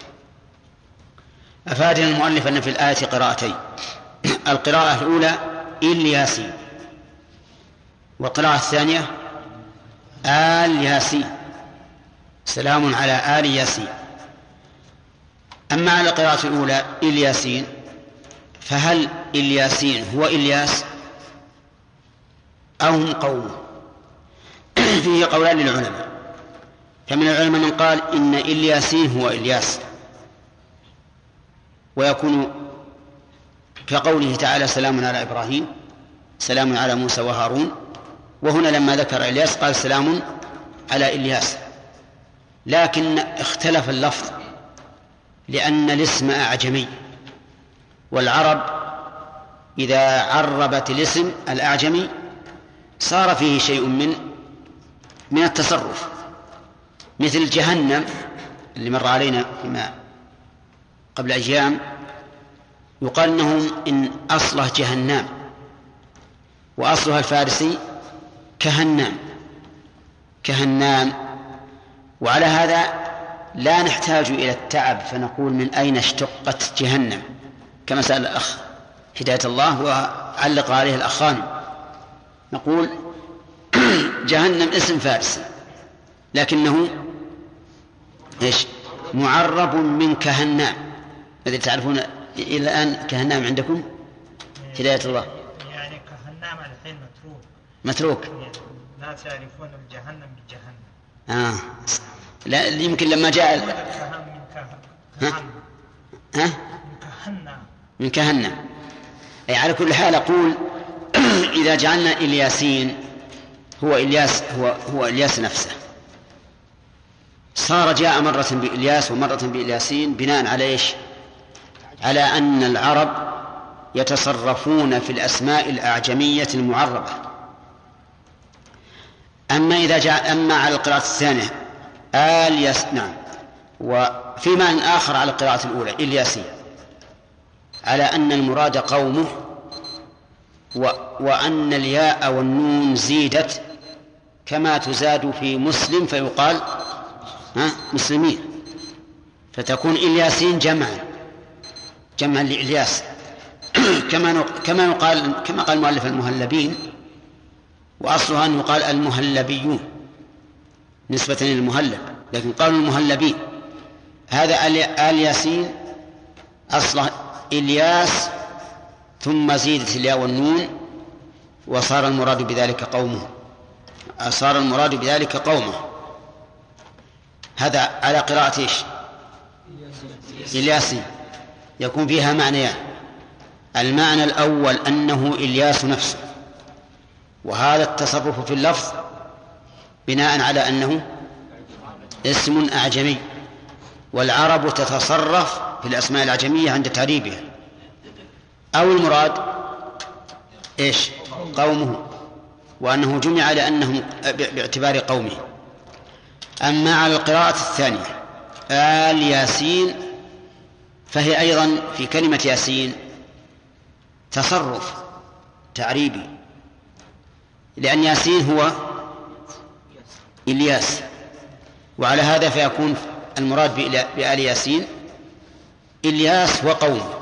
أفادنا المؤلف أن في الآية قراءتين: القراءة الأولى إلياسين، والقراءة الثانية آل ياسين، سلام على آل ياسين. أما على القراءة الأولى إلياسين، فهل إلياسين هو إلياس أو هم قومه؟ فيه قولان للعلماء، فمن العلماء من قال إن إلياسين هو إلياس، ويكون كقوله تعالى: سلام على إبراهيم، سلام على موسى وهارون. وهنا لما ذكر إلياس قال سلام على إلياس، لكن اختلف اللفظ لأن الاسم أعجمي، والعرب إذا عربت الاسم الأعجمي صار فيه شيء من التصرف، مثل جهنم اللي مر علينا فيما قبل أيام، يقال إنه إن أصله جهنم وأصلها الفارسي كهنام. وعلى هذا لا نحتاج إلى التعب فنقول من أين اشتقت جهنم، كما سأل الأخ هداية الله وعلق عليه الأخان، نقول جهنم اسم فارسي لكنه معرب من كهنام، الذي تعرفون إلى الآن كهنام عندكم هداية الله؟ يعني كهنام الحين متروك. لا تعرفون الجهنم بجهنم. لا، يمكن لما جاء من كهنم. أي على كل حال أقول إذا جعلنا إلياسين هو إلياس نفسه، صار جاء مرة بإلياس ومرة بإلياسين بناء على إيش؟ على أن العرب يتصرفون في الأسماء الأعجمية المعربة. أما على القراءة الثانية آلياس، نعم، وفي معنى آخر على القراءة الأولى إلياسين، على أن المراد قومه، وأن الياء والنون زيدت كما تزاد في مسلم فيقال مسلمين، فتكون إلياسين جمعا لإلياس كما قال المؤلف المهلبين، وأصلها أن يقال المهلبيون نسبة للمهلب، لكن قالوا المهلبين. هذا الياسين أصله إلياس ثم زيدت الياء والنون وصار المراد بذلك قومه. هذا على قراءة إيش؟ إلياسي، يكون فيها معنيان: المعنى الأول أنه إلياس نفسه، وهذا التصرف في اللفظ بناء على أنه اسم أعجمي، والعرب تتصرف في الأسماء الأعجمية عند تعريبها. أو المراد إيش؟ قومه، وأنه جمع لأنهم باعتبار قومه. أما على القراءة الثانية الياسين فهي أيضا في كلمة ياسين تصرف تعريبي، لأن ياسين هو إلياس، وعلى هذا فيكون المراد بآل ياسين إلياس وقومه.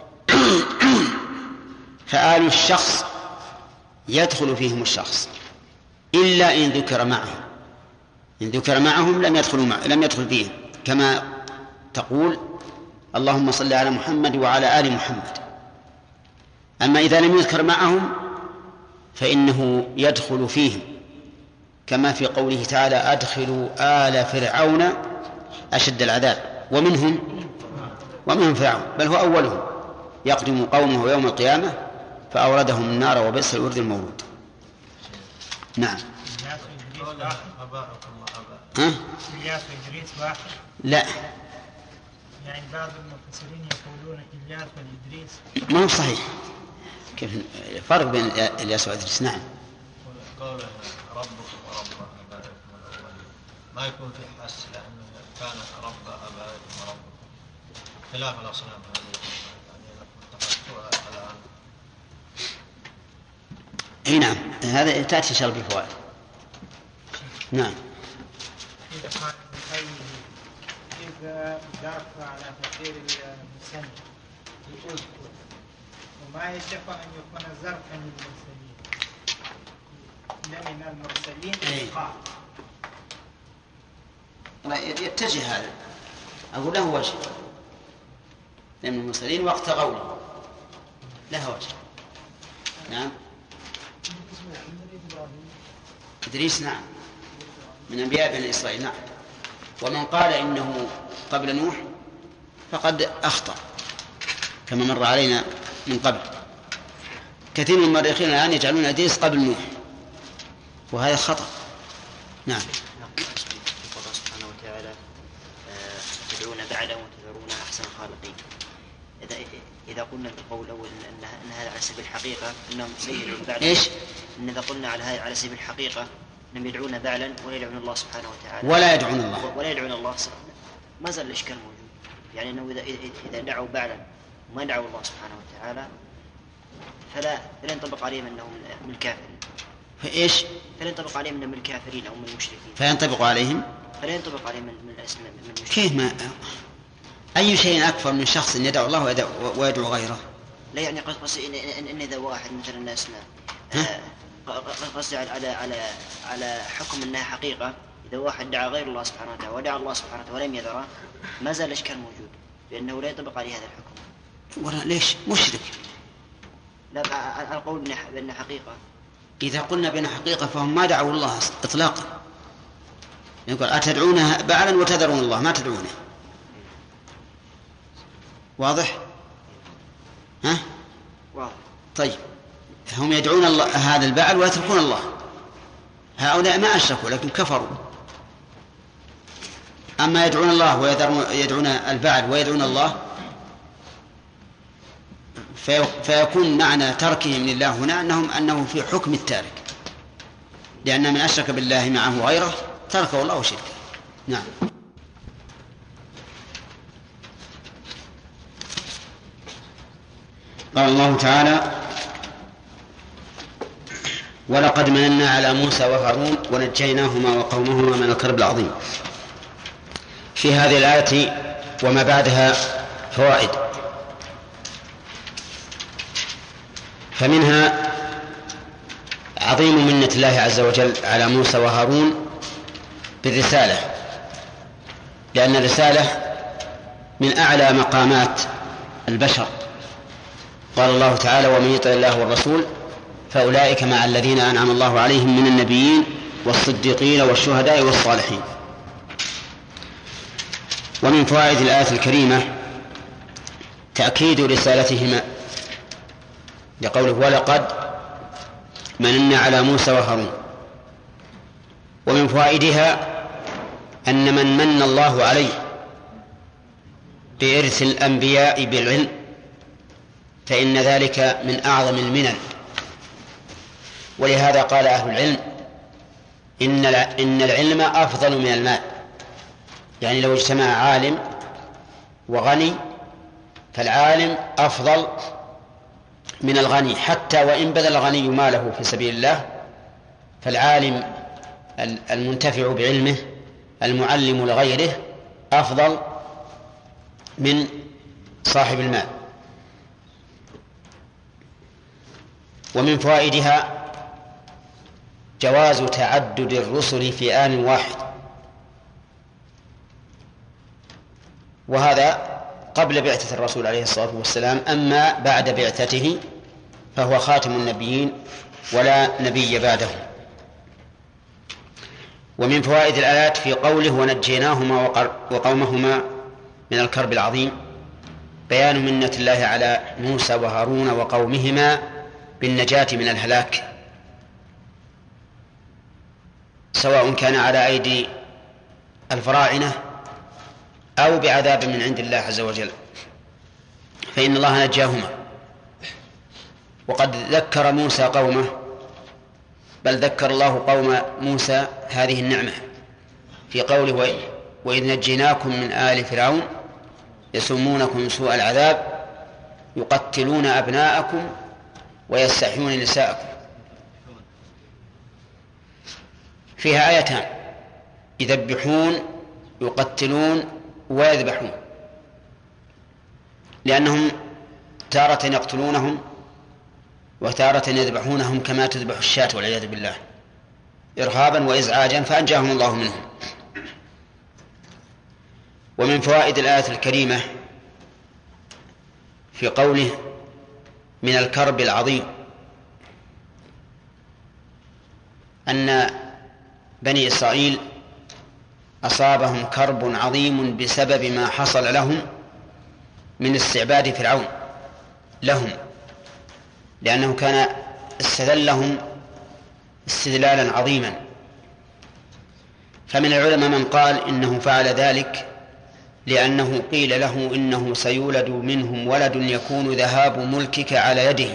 فآل الشخص يدخل فيهم الشخص إلا إن ذكر معهم، إن ذكر معهم لم يدخل فيهم، كما تقول اللهم صل على محمد وعلى آل محمد. أما إذا لم يذكر معهم فإنه يدخل فيهم، كما في قوله تعالى أدخلوا آل فرعون أشد العذاب، ومنهم فرعون، بل هو أولهم، يقدم قومه يوم القيامة فأوردهم النار وبئس الورد المورود. نعم. إلياس وإدريس واحد؟ لا، يعني بعض المفسرين يقولون إلياس وإدريس ما هو صحيح. كيف فرق بين إلياس وإدريس؟ نعم. قوله ربكم ورب آبائكم الأولين ما يكون في حس، لأنه كان رب آبائكم وربكم خلاف الأصنام هذه، يعني اتخذتوها الآن. اي نعم، هذا تأتي شرب الفوائد. نعم. إذا ضاف على تفسير المسلم يقول وما يشفع أن يكون ظرفا للمرسلين، من المرسلين إلقاء. يتجه هذا، أقول له وجه، لأن المرسلين وقت قوله لها وجه. نعم. إدريس نعم من أنبياء بني إسرائيل. نعم. ومن قال إنه قبل نوح فقد أخطأ كما مر علينا من قبل. كثير من المؤرخين الآن يجعلون إدريس قبل نوح، وهذا خطأ. نعم. الله سبحانه وتعالى تدعون بعلا وتذرون أحسن الخالقين. إذا قلنا بالقول الأول أن هذا على سبيل الحقيقة أنهم سيدعون بعلا، إيش؟ إن إذا قلنا على سبيل الحقيقة أنهم يدعون بعلا ولا يدعون الله سبحانه وتعالى ولا يدعون الله ما زال الإشكال موجود. يعني أنه إذا دعوا بعلا وما دعوا الله سبحانه وتعالى فلا ينطبق عليهم أنهم من الكافرين. فإيش؟ فلا ينطبق عليهم أنهم من الكافرين أو من المشركين. فلا ينطبق عليهم من المشركين. كيف؟ ما أي شيء أكثر من شخص يدعو الله ويدعو غيره؟ لا يعني قصدي إن إذا واحد مثلا الناس قصدي على حكم أنها حقيقة. إذا واحد دعا غير الله سبحانه وتعالى ودعا الله سبحانه وتعالى ولم يذره ما زال الإشكال موجود، لأنه لا يطبق عليه هذا الحكم. ولا ليش مشرك؟ لا، القول بأنها حقيقة. إذا قلنا بأنها حقيقة فهم ما دعوا الله إطلاقا. يقول أتدعونها بعلا وتذرون الله ما تدعونه. واضح؟ ها؟ واضح. طيب هم يدعون الله هذا البعل ويتركون الله. هؤلاء ما أشركوا لكن كفروا. أما يدعون الله ويدعون البعل ويدعون الله فيكون معنى تركهم لله هنا أنه في حكم التارك، لأن من أشرك بالله معه غيره تركه الله شركا. نعم. قال الله تعالى: ولقد مننا على موسى وهارون ونجيناهما وقومهما من الكرب العظيم. في هذه الآية وما بعدها فوائد، فمنها عظيم منة الله عز وجل على موسى وهارون بالرسالة، لأن الرسالة من أعلى مقامات البشر. قال الله تعالى: ومن يطع الله والرسول فأولئك مع الذين أنعم الله عليهم من النبيين والصديقين والشهداء والصالحين. ومن فوائد الآية الكريمة تأكيد رسالتهما لقوله: ولقد مننا على موسى وهارون. ومن فوائدها أن من من الله عليه بإرث الأنبياء بالعلم فإن ذلك من أعظم المنن. ولهذا قال أهل العلم إن العلم أفضل من المال، يعني لو اجتمع عالم وغني فالعالم أفضل من الغني، حتى وإن بذل الغني ماله في سبيل الله فالعالم المنتفع بعلمه المعلم لغيره أفضل من صاحب المال. ومن فوائدها جواز تعدد الرسل في آن واحد، وهذا قبل بعثة الرسول عليه الصلاة والسلام. أما بعد بعثته فهو خاتم النبيين ولا نبي بعده. ومن فوائد الآيات في قوله: ونجيناهما وقومهما من الكرب العظيم، بيان منة الله على موسى وهارون وقومهما بالنجاة من الهلاك، سواء كان على أيدي الفراعنة أو بعذاب من عند الله عز وجل، فإن الله نجاهما. وقد ذكر موسى قومه، بل ذكر الله قوم موسى هذه النعمة في قوله: وإذ نجيناكم من آل فرعون يسومونكم سوء العذاب يقتلون أبناءكم ويستحيون نساءكم. فيها آيتان: يذبحون يقتلون ويذبحون، لأنهم تارة يقتلونهم وتارة يذبحونهم كما تذبح الشاة والعياذ بالله إرهابا وإزعاجا، فأنجاهم الله منهم. ومن فوائد الآية الكريمة في قوله: من الكرب العظيم، أن بني إسرائيل أصابهم كرب عظيم بسبب ما حصل لهم من استعباد فرعون لهم، لأنه كان استذلهم استذلالا عظيما. فمن العلماء من قال إنه فعل ذلك لأنه قيل له: إنه سيولد منهم ولد يكون ذهاب ملكك على يده.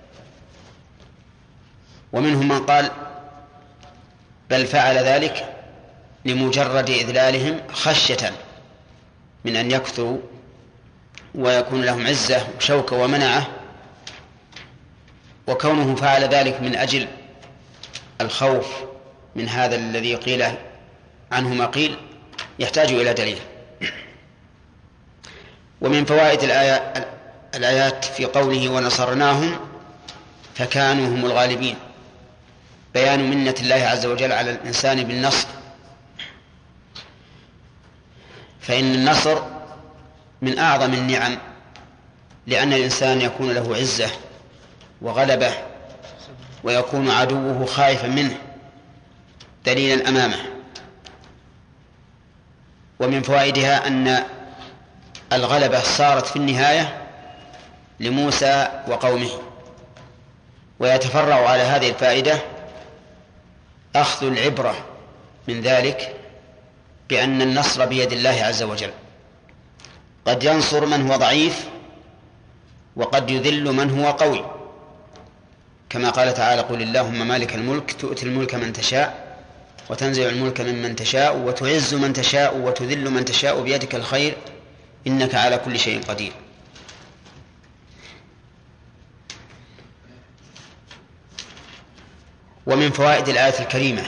ومنهم من قال بل فعل ذلك لمجرد إذلالهم خشية من أن يكثروا ويكون لهم عزة وشوكة ومنعة، وكونه فعل ذلك من أجل الخوف من هذا الذي قيل عنه ما قيل يحتاج إلى دليل. ومن فوائد الآيات في قوله: ونصرناهم فكانوا هم الغالبين، بيان منة الله عز وجل على الإنسان بالنصر، فإن النصر من أعظم النعم، لأن الإنسان يكون له عزة وغلبة ويكون عدوه خائفا منه دليلا أمامه. ومن فوائدها أن الغلبة صارت في النهاية لموسى وقومه، ويتفرع على هذه الفائدة أخذ العبرة من ذلك بأن النصر بيد الله عز وجل، قد ينصر من هو ضعيف وقد يذل من هو قوي، كما قال تعالى: قل اللهم مالك الملك تؤتي الملك من تشاء وتنزع الملك ممن تشاء وتعز من تشاء وتذل من تشاء بيدك الخير إنك على كل شيء قدير. ومن فوائد الآية الكريمة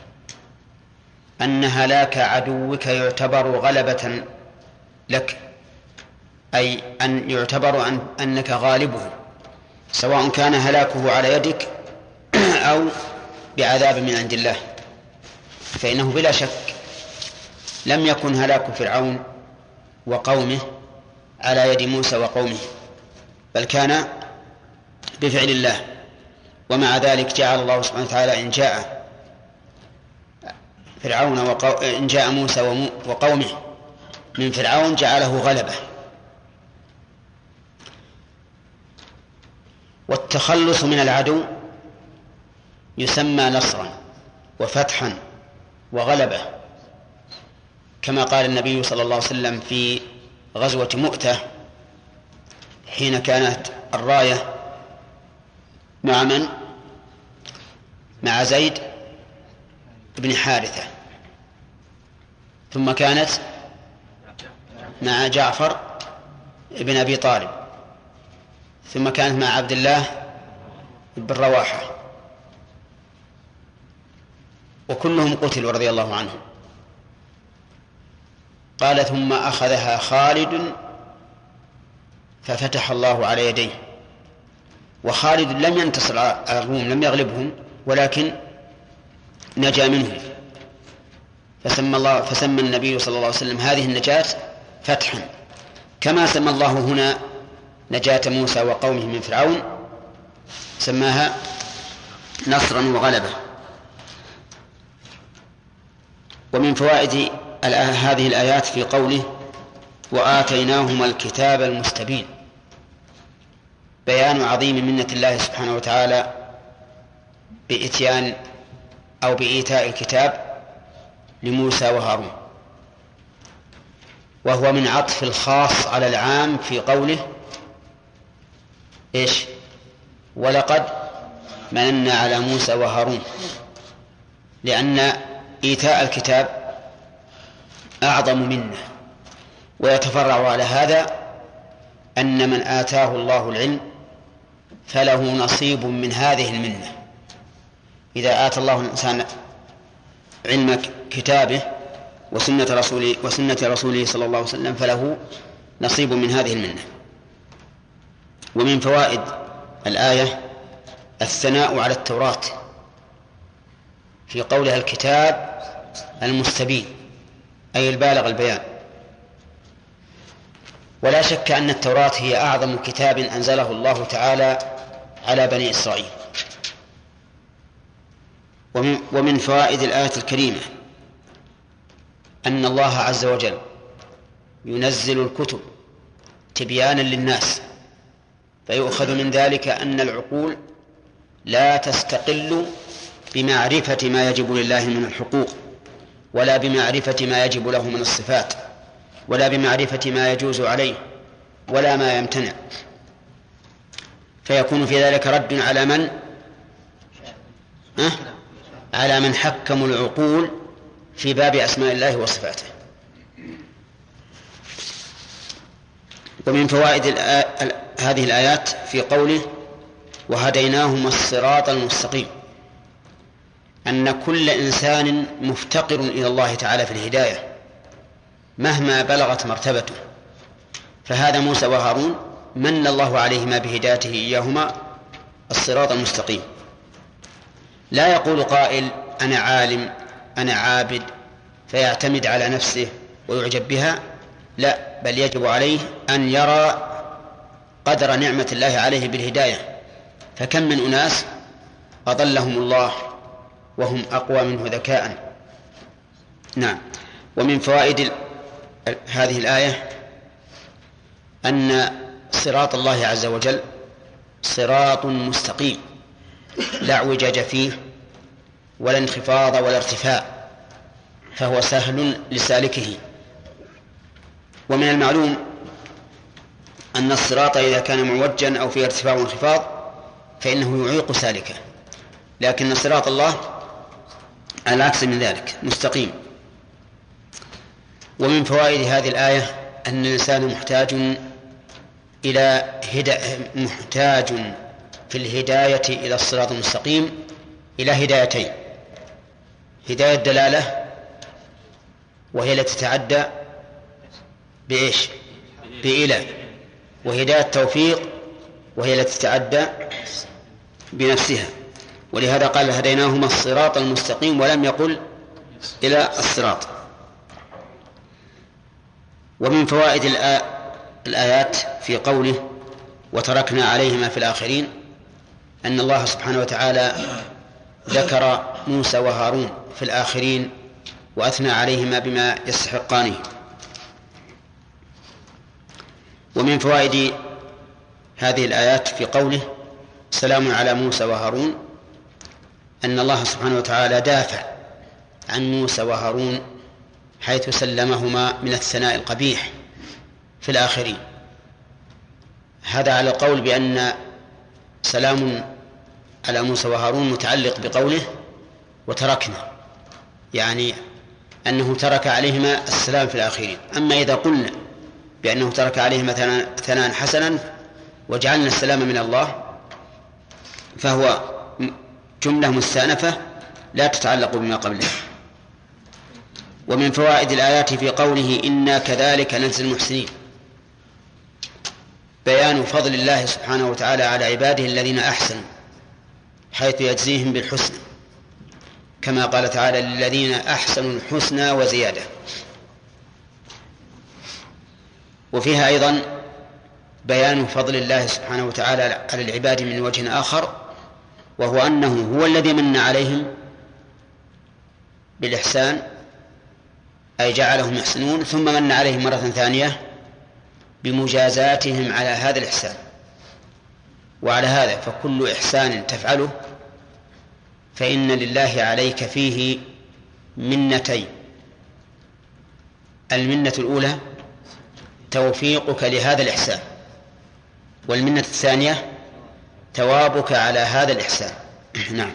أن هلاك عدوك يعتبر غلبة لك، أي أن يعتبر أنك غالبه، سواء كان هلاكه على يدك أو بعذاب من عند الله، فإنه بلا شك لم يكن هلاك فرعون وقومه على يد موسى وقومه، بل كان بفعل الله. ومع ذلك جعل الله سبحانه وتعالى إن جاء فرعون إن جاء موسى وقومه من فرعون جعله غلبة. والتخلص من العدو يسمى نصرا وفتحا وغلبة، كما قال النبي صلى الله عليه وسلم في غزوة مؤتة حين كانت الراية مع من؟ مع زيد بن حارثة، ثم كانت مع جعفر بن أبي طالب، ثم كانت مع عبد الله بن رواحة، وكلهم قتلوا رضي الله عنهم. قال: ثم أخذها خالد ففتح الله على يديه. وخالد لم ينتصر على الروم، لم يغلبهم، ولكن نجا منهم، فسمى النبي صلى الله عليه وسلم هذه النجاة فتحا، كما سمى الله هنا نجاة موسى وقومه من فرعون سماها نصرا وغلبة. ومن فوائد هذه الآيات في قوله: وآتيناهما الكتاب المستبين، بيان عظيم منة الله سبحانه وتعالى بإتيان أو بإيتاء الكتاب لموسى وهارون، وهو من عطف الخاص على العام في قوله إيش؟ ولقد مننا على موسى وهارون، لأن إيتاء الكتاب أعظم منه. ويتفرع على هذا أن من آتاه الله العلم فله نصيب من هذه المنة. إذا آتى الله الإنسان علم كتابه وسنة رسوله صلى الله عليه وسلم فله نصيب من هذه المنة. ومن فوائد الآية الثناء على التوراة في قولها الكتاب المستبين، أي البالغ البيان. ولا شك أن التوراة هي أعظم كتاب أنزله الله تعالى على بني إسرائيل. ومن فوائد الآية الكريمة أن الله عز وجل ينزل الكتب تبيانا للناس، فيؤخذ من ذلك أن العقول لا تستقل بمعرفة ما يجب لله من الحقوق، ولا بمعرفة ما يجب له من الصفات، ولا بمعرفة ما يجوز عليه ولا ما يمتنع، فيكون في ذلك رد على من على من حكموا العقول في باب أسماء الله وصفاته. ومن فوائد هذه الآيات في قوله وهديناهما الصراط المستقيم أن كل إنسان مفتقر إلى الله تعالى في الهداية مهما بلغت مرتبته، فهذا موسى وهارون من الله عليهما بهدايته إياهما الصراط المستقيم. لا يقول قائل أنا عالم أنا عابد فيعتمد على نفسه ويعجب بها، لا، بل يجب عليه أن يرى قدر نعمة الله عليه بالهداية، فكم من أناس أضلهم الله وهم أقوى منه ذكاء. نعم. ومن فوائد هذه الآية أن صراط الله عز وجل صراط مستقيم لا اعوجاج فيه ولا انخفاض ولا ارتفاع، فهو سهل لسالكه. ومن المعلوم أن الصراط إذا كان معوجا أو فيه ارتفاع وانخفاض فإنه يعيق سالكه، لكن صراط الله العكس من ذلك، مستقيم. ومن فوائد هذه الآية أن الإنسان محتاج في الهداية إلى الصراط المستقيم إلى هدايتين: هداية دلالة وهي التي تتعدى بإيش؟ بإلى، وهداية توفيق وهي التي تتعدى بنفسها. ولهذا قال هديناهما الصراط المستقيم ولم يقل إلى الصراط. ومن فوائد الآيات في قوله وتركنا عليهما في الآخرين أن الله سبحانه وتعالى ذكر موسى وهارون في الآخرين وأثنى عليهما بما يستحقانه. ومن فوائد هذه الآيات في قوله سلام على موسى وهارون أن الله سبحانه وتعالى دافع عن موسى وهارون حيث سلمهما من الثناء القبيح في الآخرين. هذا على القول بأن سلام على موسى وهارون متعلق بقوله وتركنا، يعني أنه ترك عليهما السلام في الآخرين. أما إذا قلنا بأنه ترك عليهما ثناء حسنا وجعلنا السلام من الله فهو جملة مستأنفة لا تتعلق بما قبله. ومن فوائد الآيات في قوله إنا كذلك نجزي المحسنين بيان فضل الله سبحانه وتعالى على عباده الذين أحسنوا حيث يجزيهم بالحسن، كما قال تعالى للذين أحسنوا الحسنى وزيادة. وفيها أيضا بيان فضل الله سبحانه وتعالى على العباد من وجه آخر، وهو أنه هو الذي من عليهم بالإحسان أي جعلهم يحسنون، ثم من عليهم مرة ثانية بمجازاتهم على هذا الإحسان. وعلى هذا فكل إحسان تفعله فإن لله عليك فيه منتين: المنة الأولى توفيقك لهذا الإحسان، والمنة الثانية ثوابك على هذا الإحسان. نعم.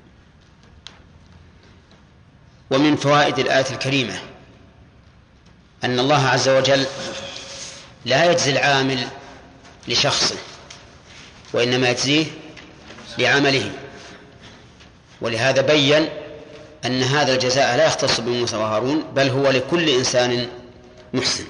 ومن فوائد الآية الكريمة أن الله عز وجل لا يجزي العامل لشخصه وإنما يجزيه لعمله، ولهذا بيّن أن هذا الجزاء لا يختص بموسى وهارون بل هو لكل إنسان محسن.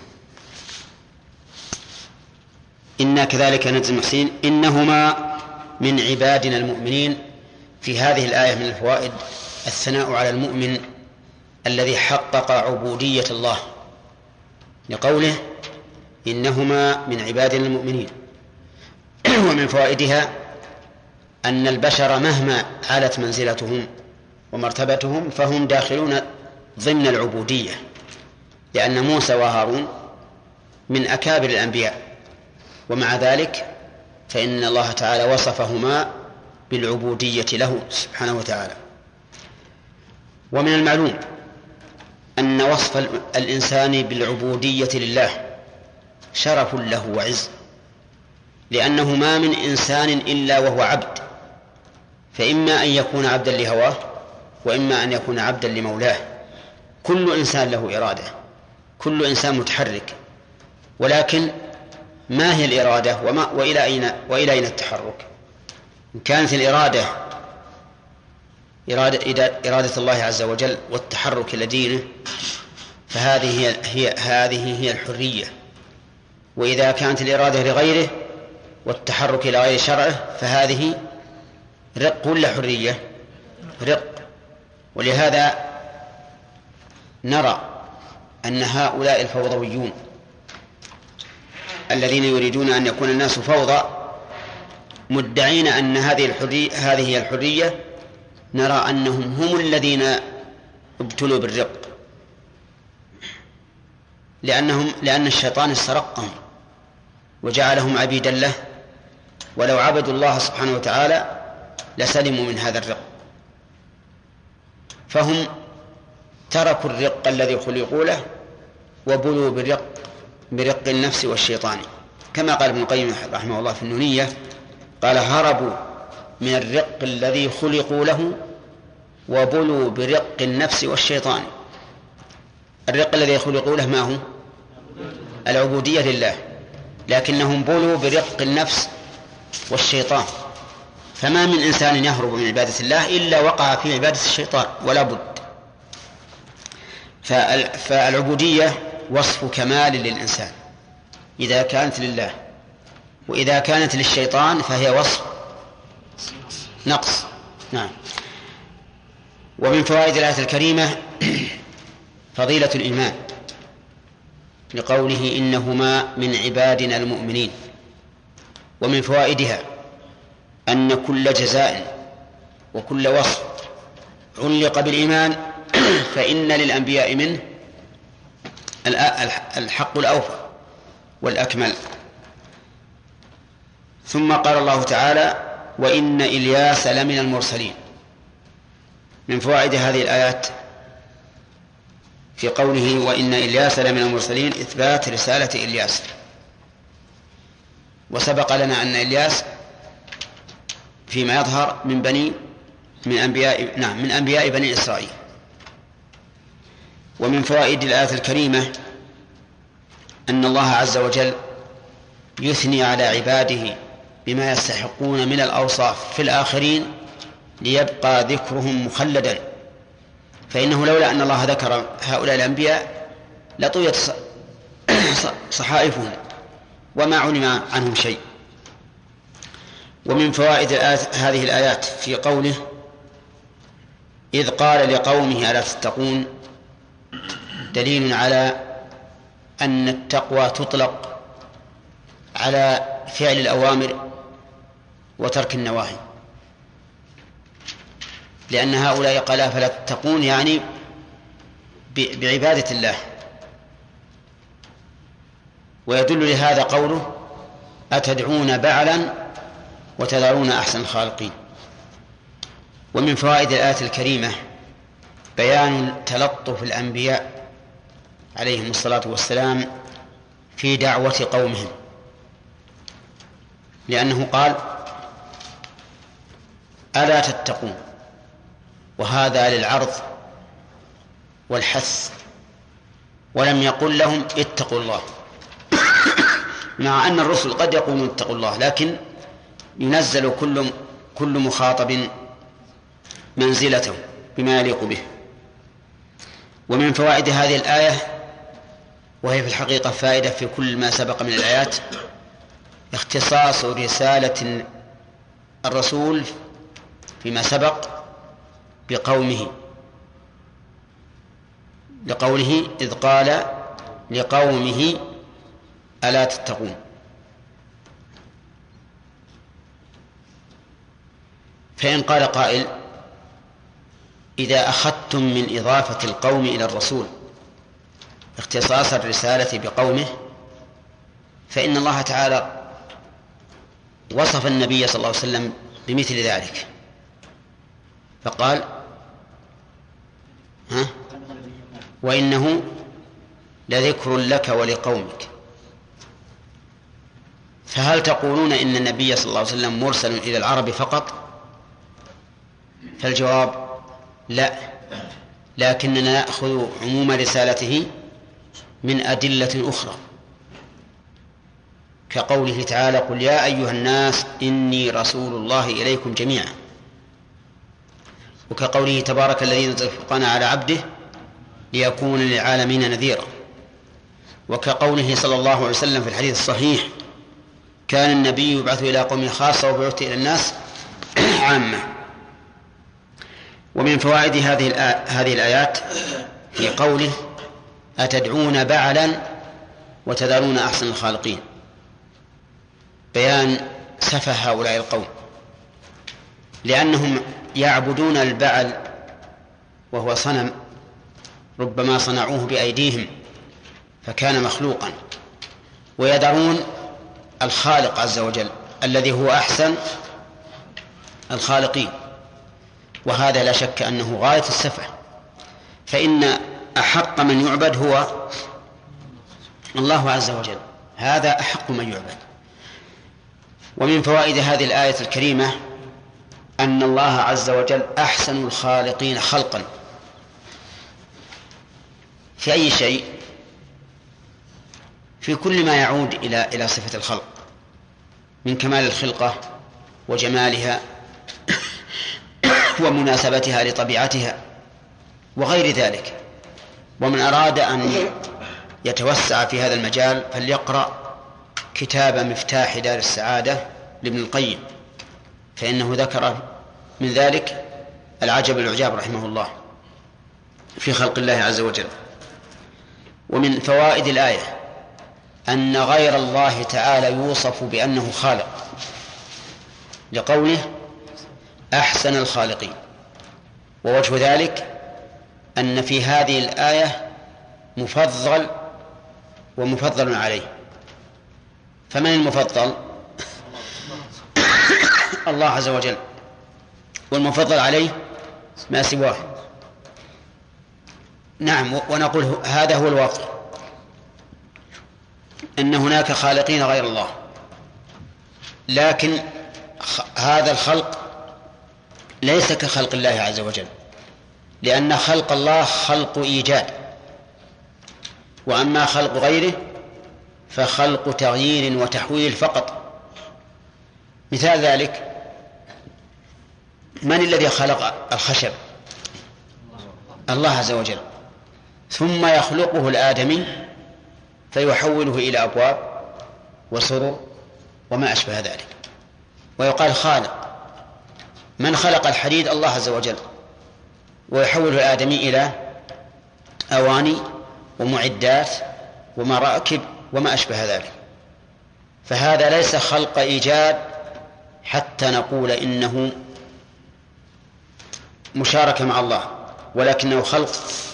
إنا كذلك نجزي المحسنين إنهما من عبادنا المؤمنين. في هذه الآية من الفوائد الثناء على المؤمن الذي حقق عبودية الله لقوله إنهما من عبادنا المؤمنين. ومن فوائدها أن البشر مهما علت منزلتهم ومرتبتهم فهم داخلون ضمن العبودية، لأن موسى وهارون من أكابر الأنبياء، ومع ذلك فإن الله تعالى وصفهما بالعبودية له سبحانه وتعالى. ومن المعلوم أن وصف الإنسان بالعبودية لله شرف له وعز، لأنه ما من إنسان إلا وهو عبد، فإما أن يكون عبدا لهواه وإما أن يكون عبدا لمولاه. كل إنسان له إرادة، كل إنسان متحرك، ولكن ما هي الإرادة وإلى أين التحرك؟ إن كانت الإرادة إرادة الله عز وجل والتحرك إلى دينه فهذه هي الحرية، وإذا كانت الإرادة لغيره والتحرك إلى غير شرعه فهذه رق ولا حرية؟ رق. ولهذا نرى أن هؤلاء الفوضويون الذين يريدون أن يكون الناس فوضى مدعين أن هذه هي الحرية، نرى أنهم هم الذين ابتلوا بالرق، لأن الشيطان استرقهم وجعلهم عبيدا له، ولو عبدوا الله سبحانه وتعالى لسلموا من هذا الرق، فهم تركوا الرق الذي خلقوا له وبلوا برق النفس والشيطان، كما قال ابن القيم رحمه الله في النونية، قال هربوا من الرق الذي خلقوا له وبلوا برق النفس والشيطان. الرق الذي خلقوا له ما هو؟ العبودية لله، لكنهم بلوا برق النفس والشيطان، فما من إنسان يهرب من عبادة الله إلا وقع في عبادة الشيطان ولا بد. فالعبودية وصف كمال للإنسان إذا كانت لله، وإذا كانت للشيطان فهي وصف نقص. نعم. ومن فوائد الآية الكريمة فضيلة الإيمان لقوله إنهما من عبادنا المؤمنين. ومن فوائدها أن كل جزاء وكل وصف علق بالإيمان فإن للأنبياء منه الحق الأوفى والأكمل. ثم قال الله تعالى وإن إلياس لمن المرسلين. من فوائد هذه الآيات في قوله وإن إلياس لمن المرسلين إثبات رسالة إلياس، وسبق لنا أن إلياس فيما يظهر من أنبياء بني إسرائيل. ومن فوائد الآية الكريمة أن الله عز وجل يثني على عباده بما يستحقون من الأوصاف في الآخرين ليبقى ذكرهم مخلدا، فإنه لولا أن الله ذكر هؤلاء الأنبياء لطويت صحائفهم وما علم عنهم شيء. ومن فوائد هذه الآيات في قوله إذ قال لقومه ألا تتقون دليل على أن التقوى تطلق على فعل الأوامر وترك النواهي، لأن هؤلاء قال فلا تتقون يعني بعبادة الله. ويدل لهذا قوله أتدعون بعلا وتذرون أحسن الخالقين. ومن فوائد الآية الكريمة بيان تلطف الأنبياء عليهم الصلاة والسلام في دعوة قومهم، لأنه قال ألا تتقون، وهذا للعرض والحث، ولم يقل لهم اتقوا الله، مع أن الرسل قد يقولون اتقوا الله، لكن ينزل كل مخاطب منزلته بما يليق به. ومن فوائد هذه الآية، وهي في الحقيقة فائدة في كل ما سبق من الآيات، اختصاص رسالة الرسول فيما سبق بقومه، لقوله إذ قال لقومه ألا تتقون. فإن قال قائل إذا أخذتم من إضافة القوم إلى الرسول اختصاص الرسالة بقومه، فإن الله تعالى وصف النبي صلى الله عليه وسلم بمثل ذلك، فقال وإنه لذكر لك ولقومك. فهل تقولون إن النبي صلى الله عليه وسلم مرسل إلى العرب فقط؟ فالجواب لا، لكننا نأخذ عموم رسالته من أدلة أخرى، كقوله تعالى قل يا أيها الناس إني رسول الله إليكم جميعا، وكقوله تبارك الذي نزل الفرقان على عبده ليكون للعالمين نذيرا، وكقوله صلى الله عليه وسلم في الحديث الصحيح كان النبي يبعث إلى قومه خاصة وبعثت إلى الناس عامة. ومن فوائد هذه الآيات في قوله أتدعون بعلا وتذرون أحسن الخالقين، بيان سفه هؤلاء القوم، لأنهم يعبدون البعل وهو صنم ربما صنعوه بأيديهم فكان مخلوقا، ويذرون الخالق عز وجل الذي هو أحسن الخالقين، وهذا لا شك أنه غاية السفة، فإن أحق من يعبد هو الله عز وجل، هذا أحق من يعبد. ومن فوائد هذه الآية الكريمة أن الله عز وجل أحسن الخالقين خلقا في أي شيء، في كل ما يعود إلى صفة الخلق من كمال الخلقة وجمالها ومناسبتها لطبيعتها وغير ذلك. ومن أراد أن يتوسع في هذا المجال فليقرأ كتاب مفتاح دار السعادة لابن القيم، فإنه ذكر من ذلك العجب العجاب رحمه الله في خلق الله عز وجل. ومن فوائد الآية أن غير الله تعالى يوصف بأنه خالق لقوله أحسن الخالقين، ووجه ذلك أن في هذه الآية مفضل ومفضل عليه. فمن المفضل؟ الله عز وجل، والمفضل عليه ما سواه. نعم، ونقول هذا هو الواقع، أن هناك خالقين غير الله، لكن هذا الخلق ليس كخلق الله عز وجل، لأن خلق الله خلق إيجاد، وأما خلق غيره فخلق تغيير وتحويل فقط. مثال ذلك: من الذي خلق الخشب؟ الله عز وجل، ثم يخلقه الآدمي فيحوله إلى أبواب وسرر وما أشبه ذلك، ويقال خالق. من خلق الحديد؟ الله عز وجل، ويحوله الآدمي إلى أواني ومعدات ومراكب وما أشبه ذلك. فهذا ليس خلق إيجاد حتى نقول إنه مشاركة مع الله، ولكنه خلق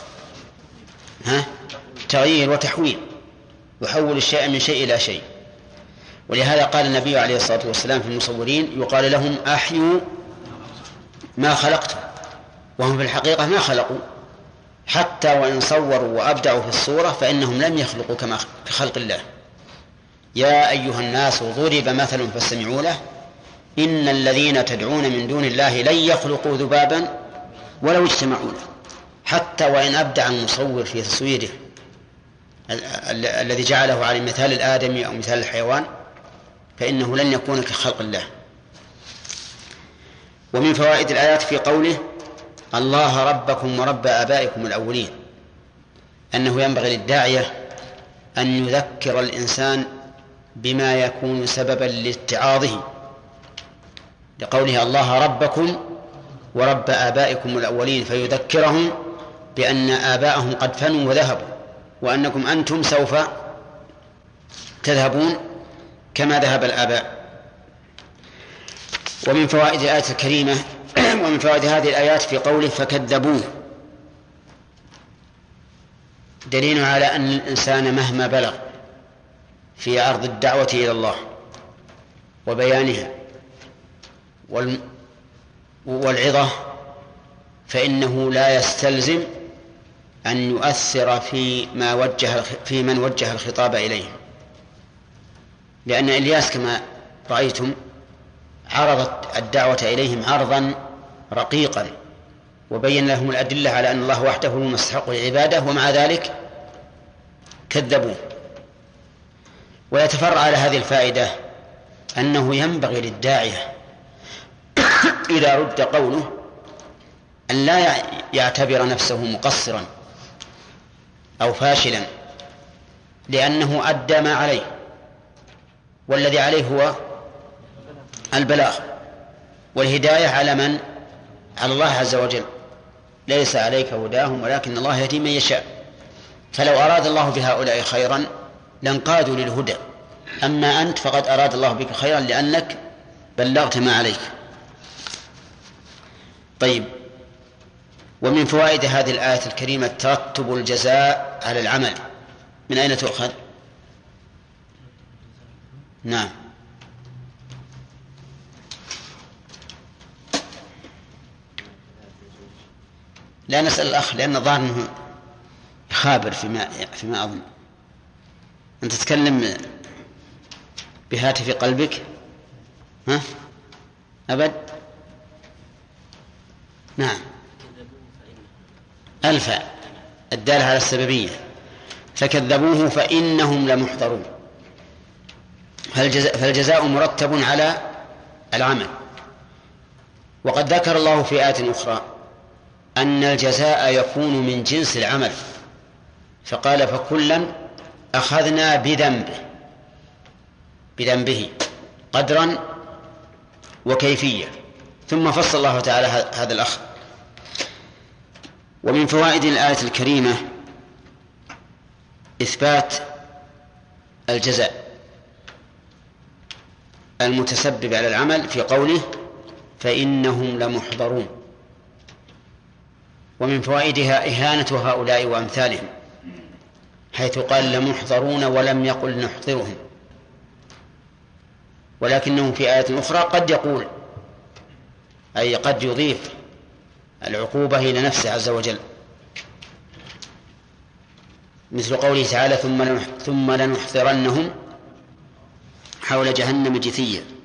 تغيير وتحويل، يحول الشيء من شيء إلى شيء. ولهذا قال النبي عليه الصلاة والسلام في المصورين يقال لهم أحيوا ما خلقتم، وهم في الحقيقة ما خلقوا، حتى وإن صوروا وأبدعوا في الصورة فإنهم لم يخلقوا كما كخلق الله. يا أيها الناس ضرب مثل فاستمعوا له إن الذين تدعون من دون الله لن يخلقوا ذبابا ولو اجتمعوا له. حتى وإن أبدع المصور في تصويره الذي جعله على مثال الآدمي أو مثال الحيوان فإنه لن يكون كخلق الله. ومن فوائد الآيات في قوله الله ربكم ورب آبائكم الأولين أنه ينبغي للداعية أن يذكر الإنسان بما يكون سببا لاتعاظه، لقوله الله ربكم ورب آبائكم الأولين، فيذكرهم بأن آباءهم قد فنوا وذهبوا، وأنكم أنتم سوف تذهبون كما ذهب الآباء. ومن فوائد الآية الكريمة ومن فوائد هذه الآيات في قوله فكذبوه دليل على أن الإنسان مهما بلغ في عرض الدعوة إلى الله وبيانها والعظة فإنه لا يستلزم أن يؤثر في من وجه الخطاب إليه، لأن إلياس كما رأيتم عرضت الدعوة إليهم عرضا رقيقا وبين لهم الأدلة على أن الله وحده المستحق للعبادة، ومع ذلك كذبوه. ويتفرع على هذه الفائدة أنه ينبغي للداعية إذا رد قوله أن لا يعتبر نفسه مقصرا أو فاشلا، لأنه أدى ما عليه، والذي عليه هو البلاغ والهداية على من؟ على الله عز وجل. ليس عليك هداهم ولكن الله يهدي من يشاء. فلو أراد الله بهؤلاء خيرا لانقادوا للهدى، أما أنت فقد أراد الله بك خيرا لأنك بلغت ما عليك. طيب، ومن فوائد هذه الآية الكريمة ترتب الجزاء على العمل. من أين تؤخذ؟ نعم، لا نسأل الأخ لأن الظاهر أنه يخابر فيما أظن. أنت تتكلم بهاتف قلبك؟ ها؟ أبد؟ نعم. الفاء الدالة على السببية، فكذبوه فإنهم لمحضرون. فالجزاء مرتب على العمل. وقد ذكر الله في آية أخرى أن الجزاء يكون من جنس العمل، فقال فكلا أخذنا بذنبه قدرا وكيفية، ثم فصل الله تعالى هذا الأخذ. ومن فوائد الآية الكريمة إثبات الجزاء المتسبب على العمل في قوله فإنهم لمحضرون. ومن فوائدها إهانة هؤلاء وأمثالهم، حيث قال لمحضرون ولم يقل نحضرهم، ولكنه في آية أخرى قد يقول، أي قد يضيف العقوبة إلى نفسه عز وجل، مثل قوله تعالى ثم لنحضرنهم حول جهنم جثيا.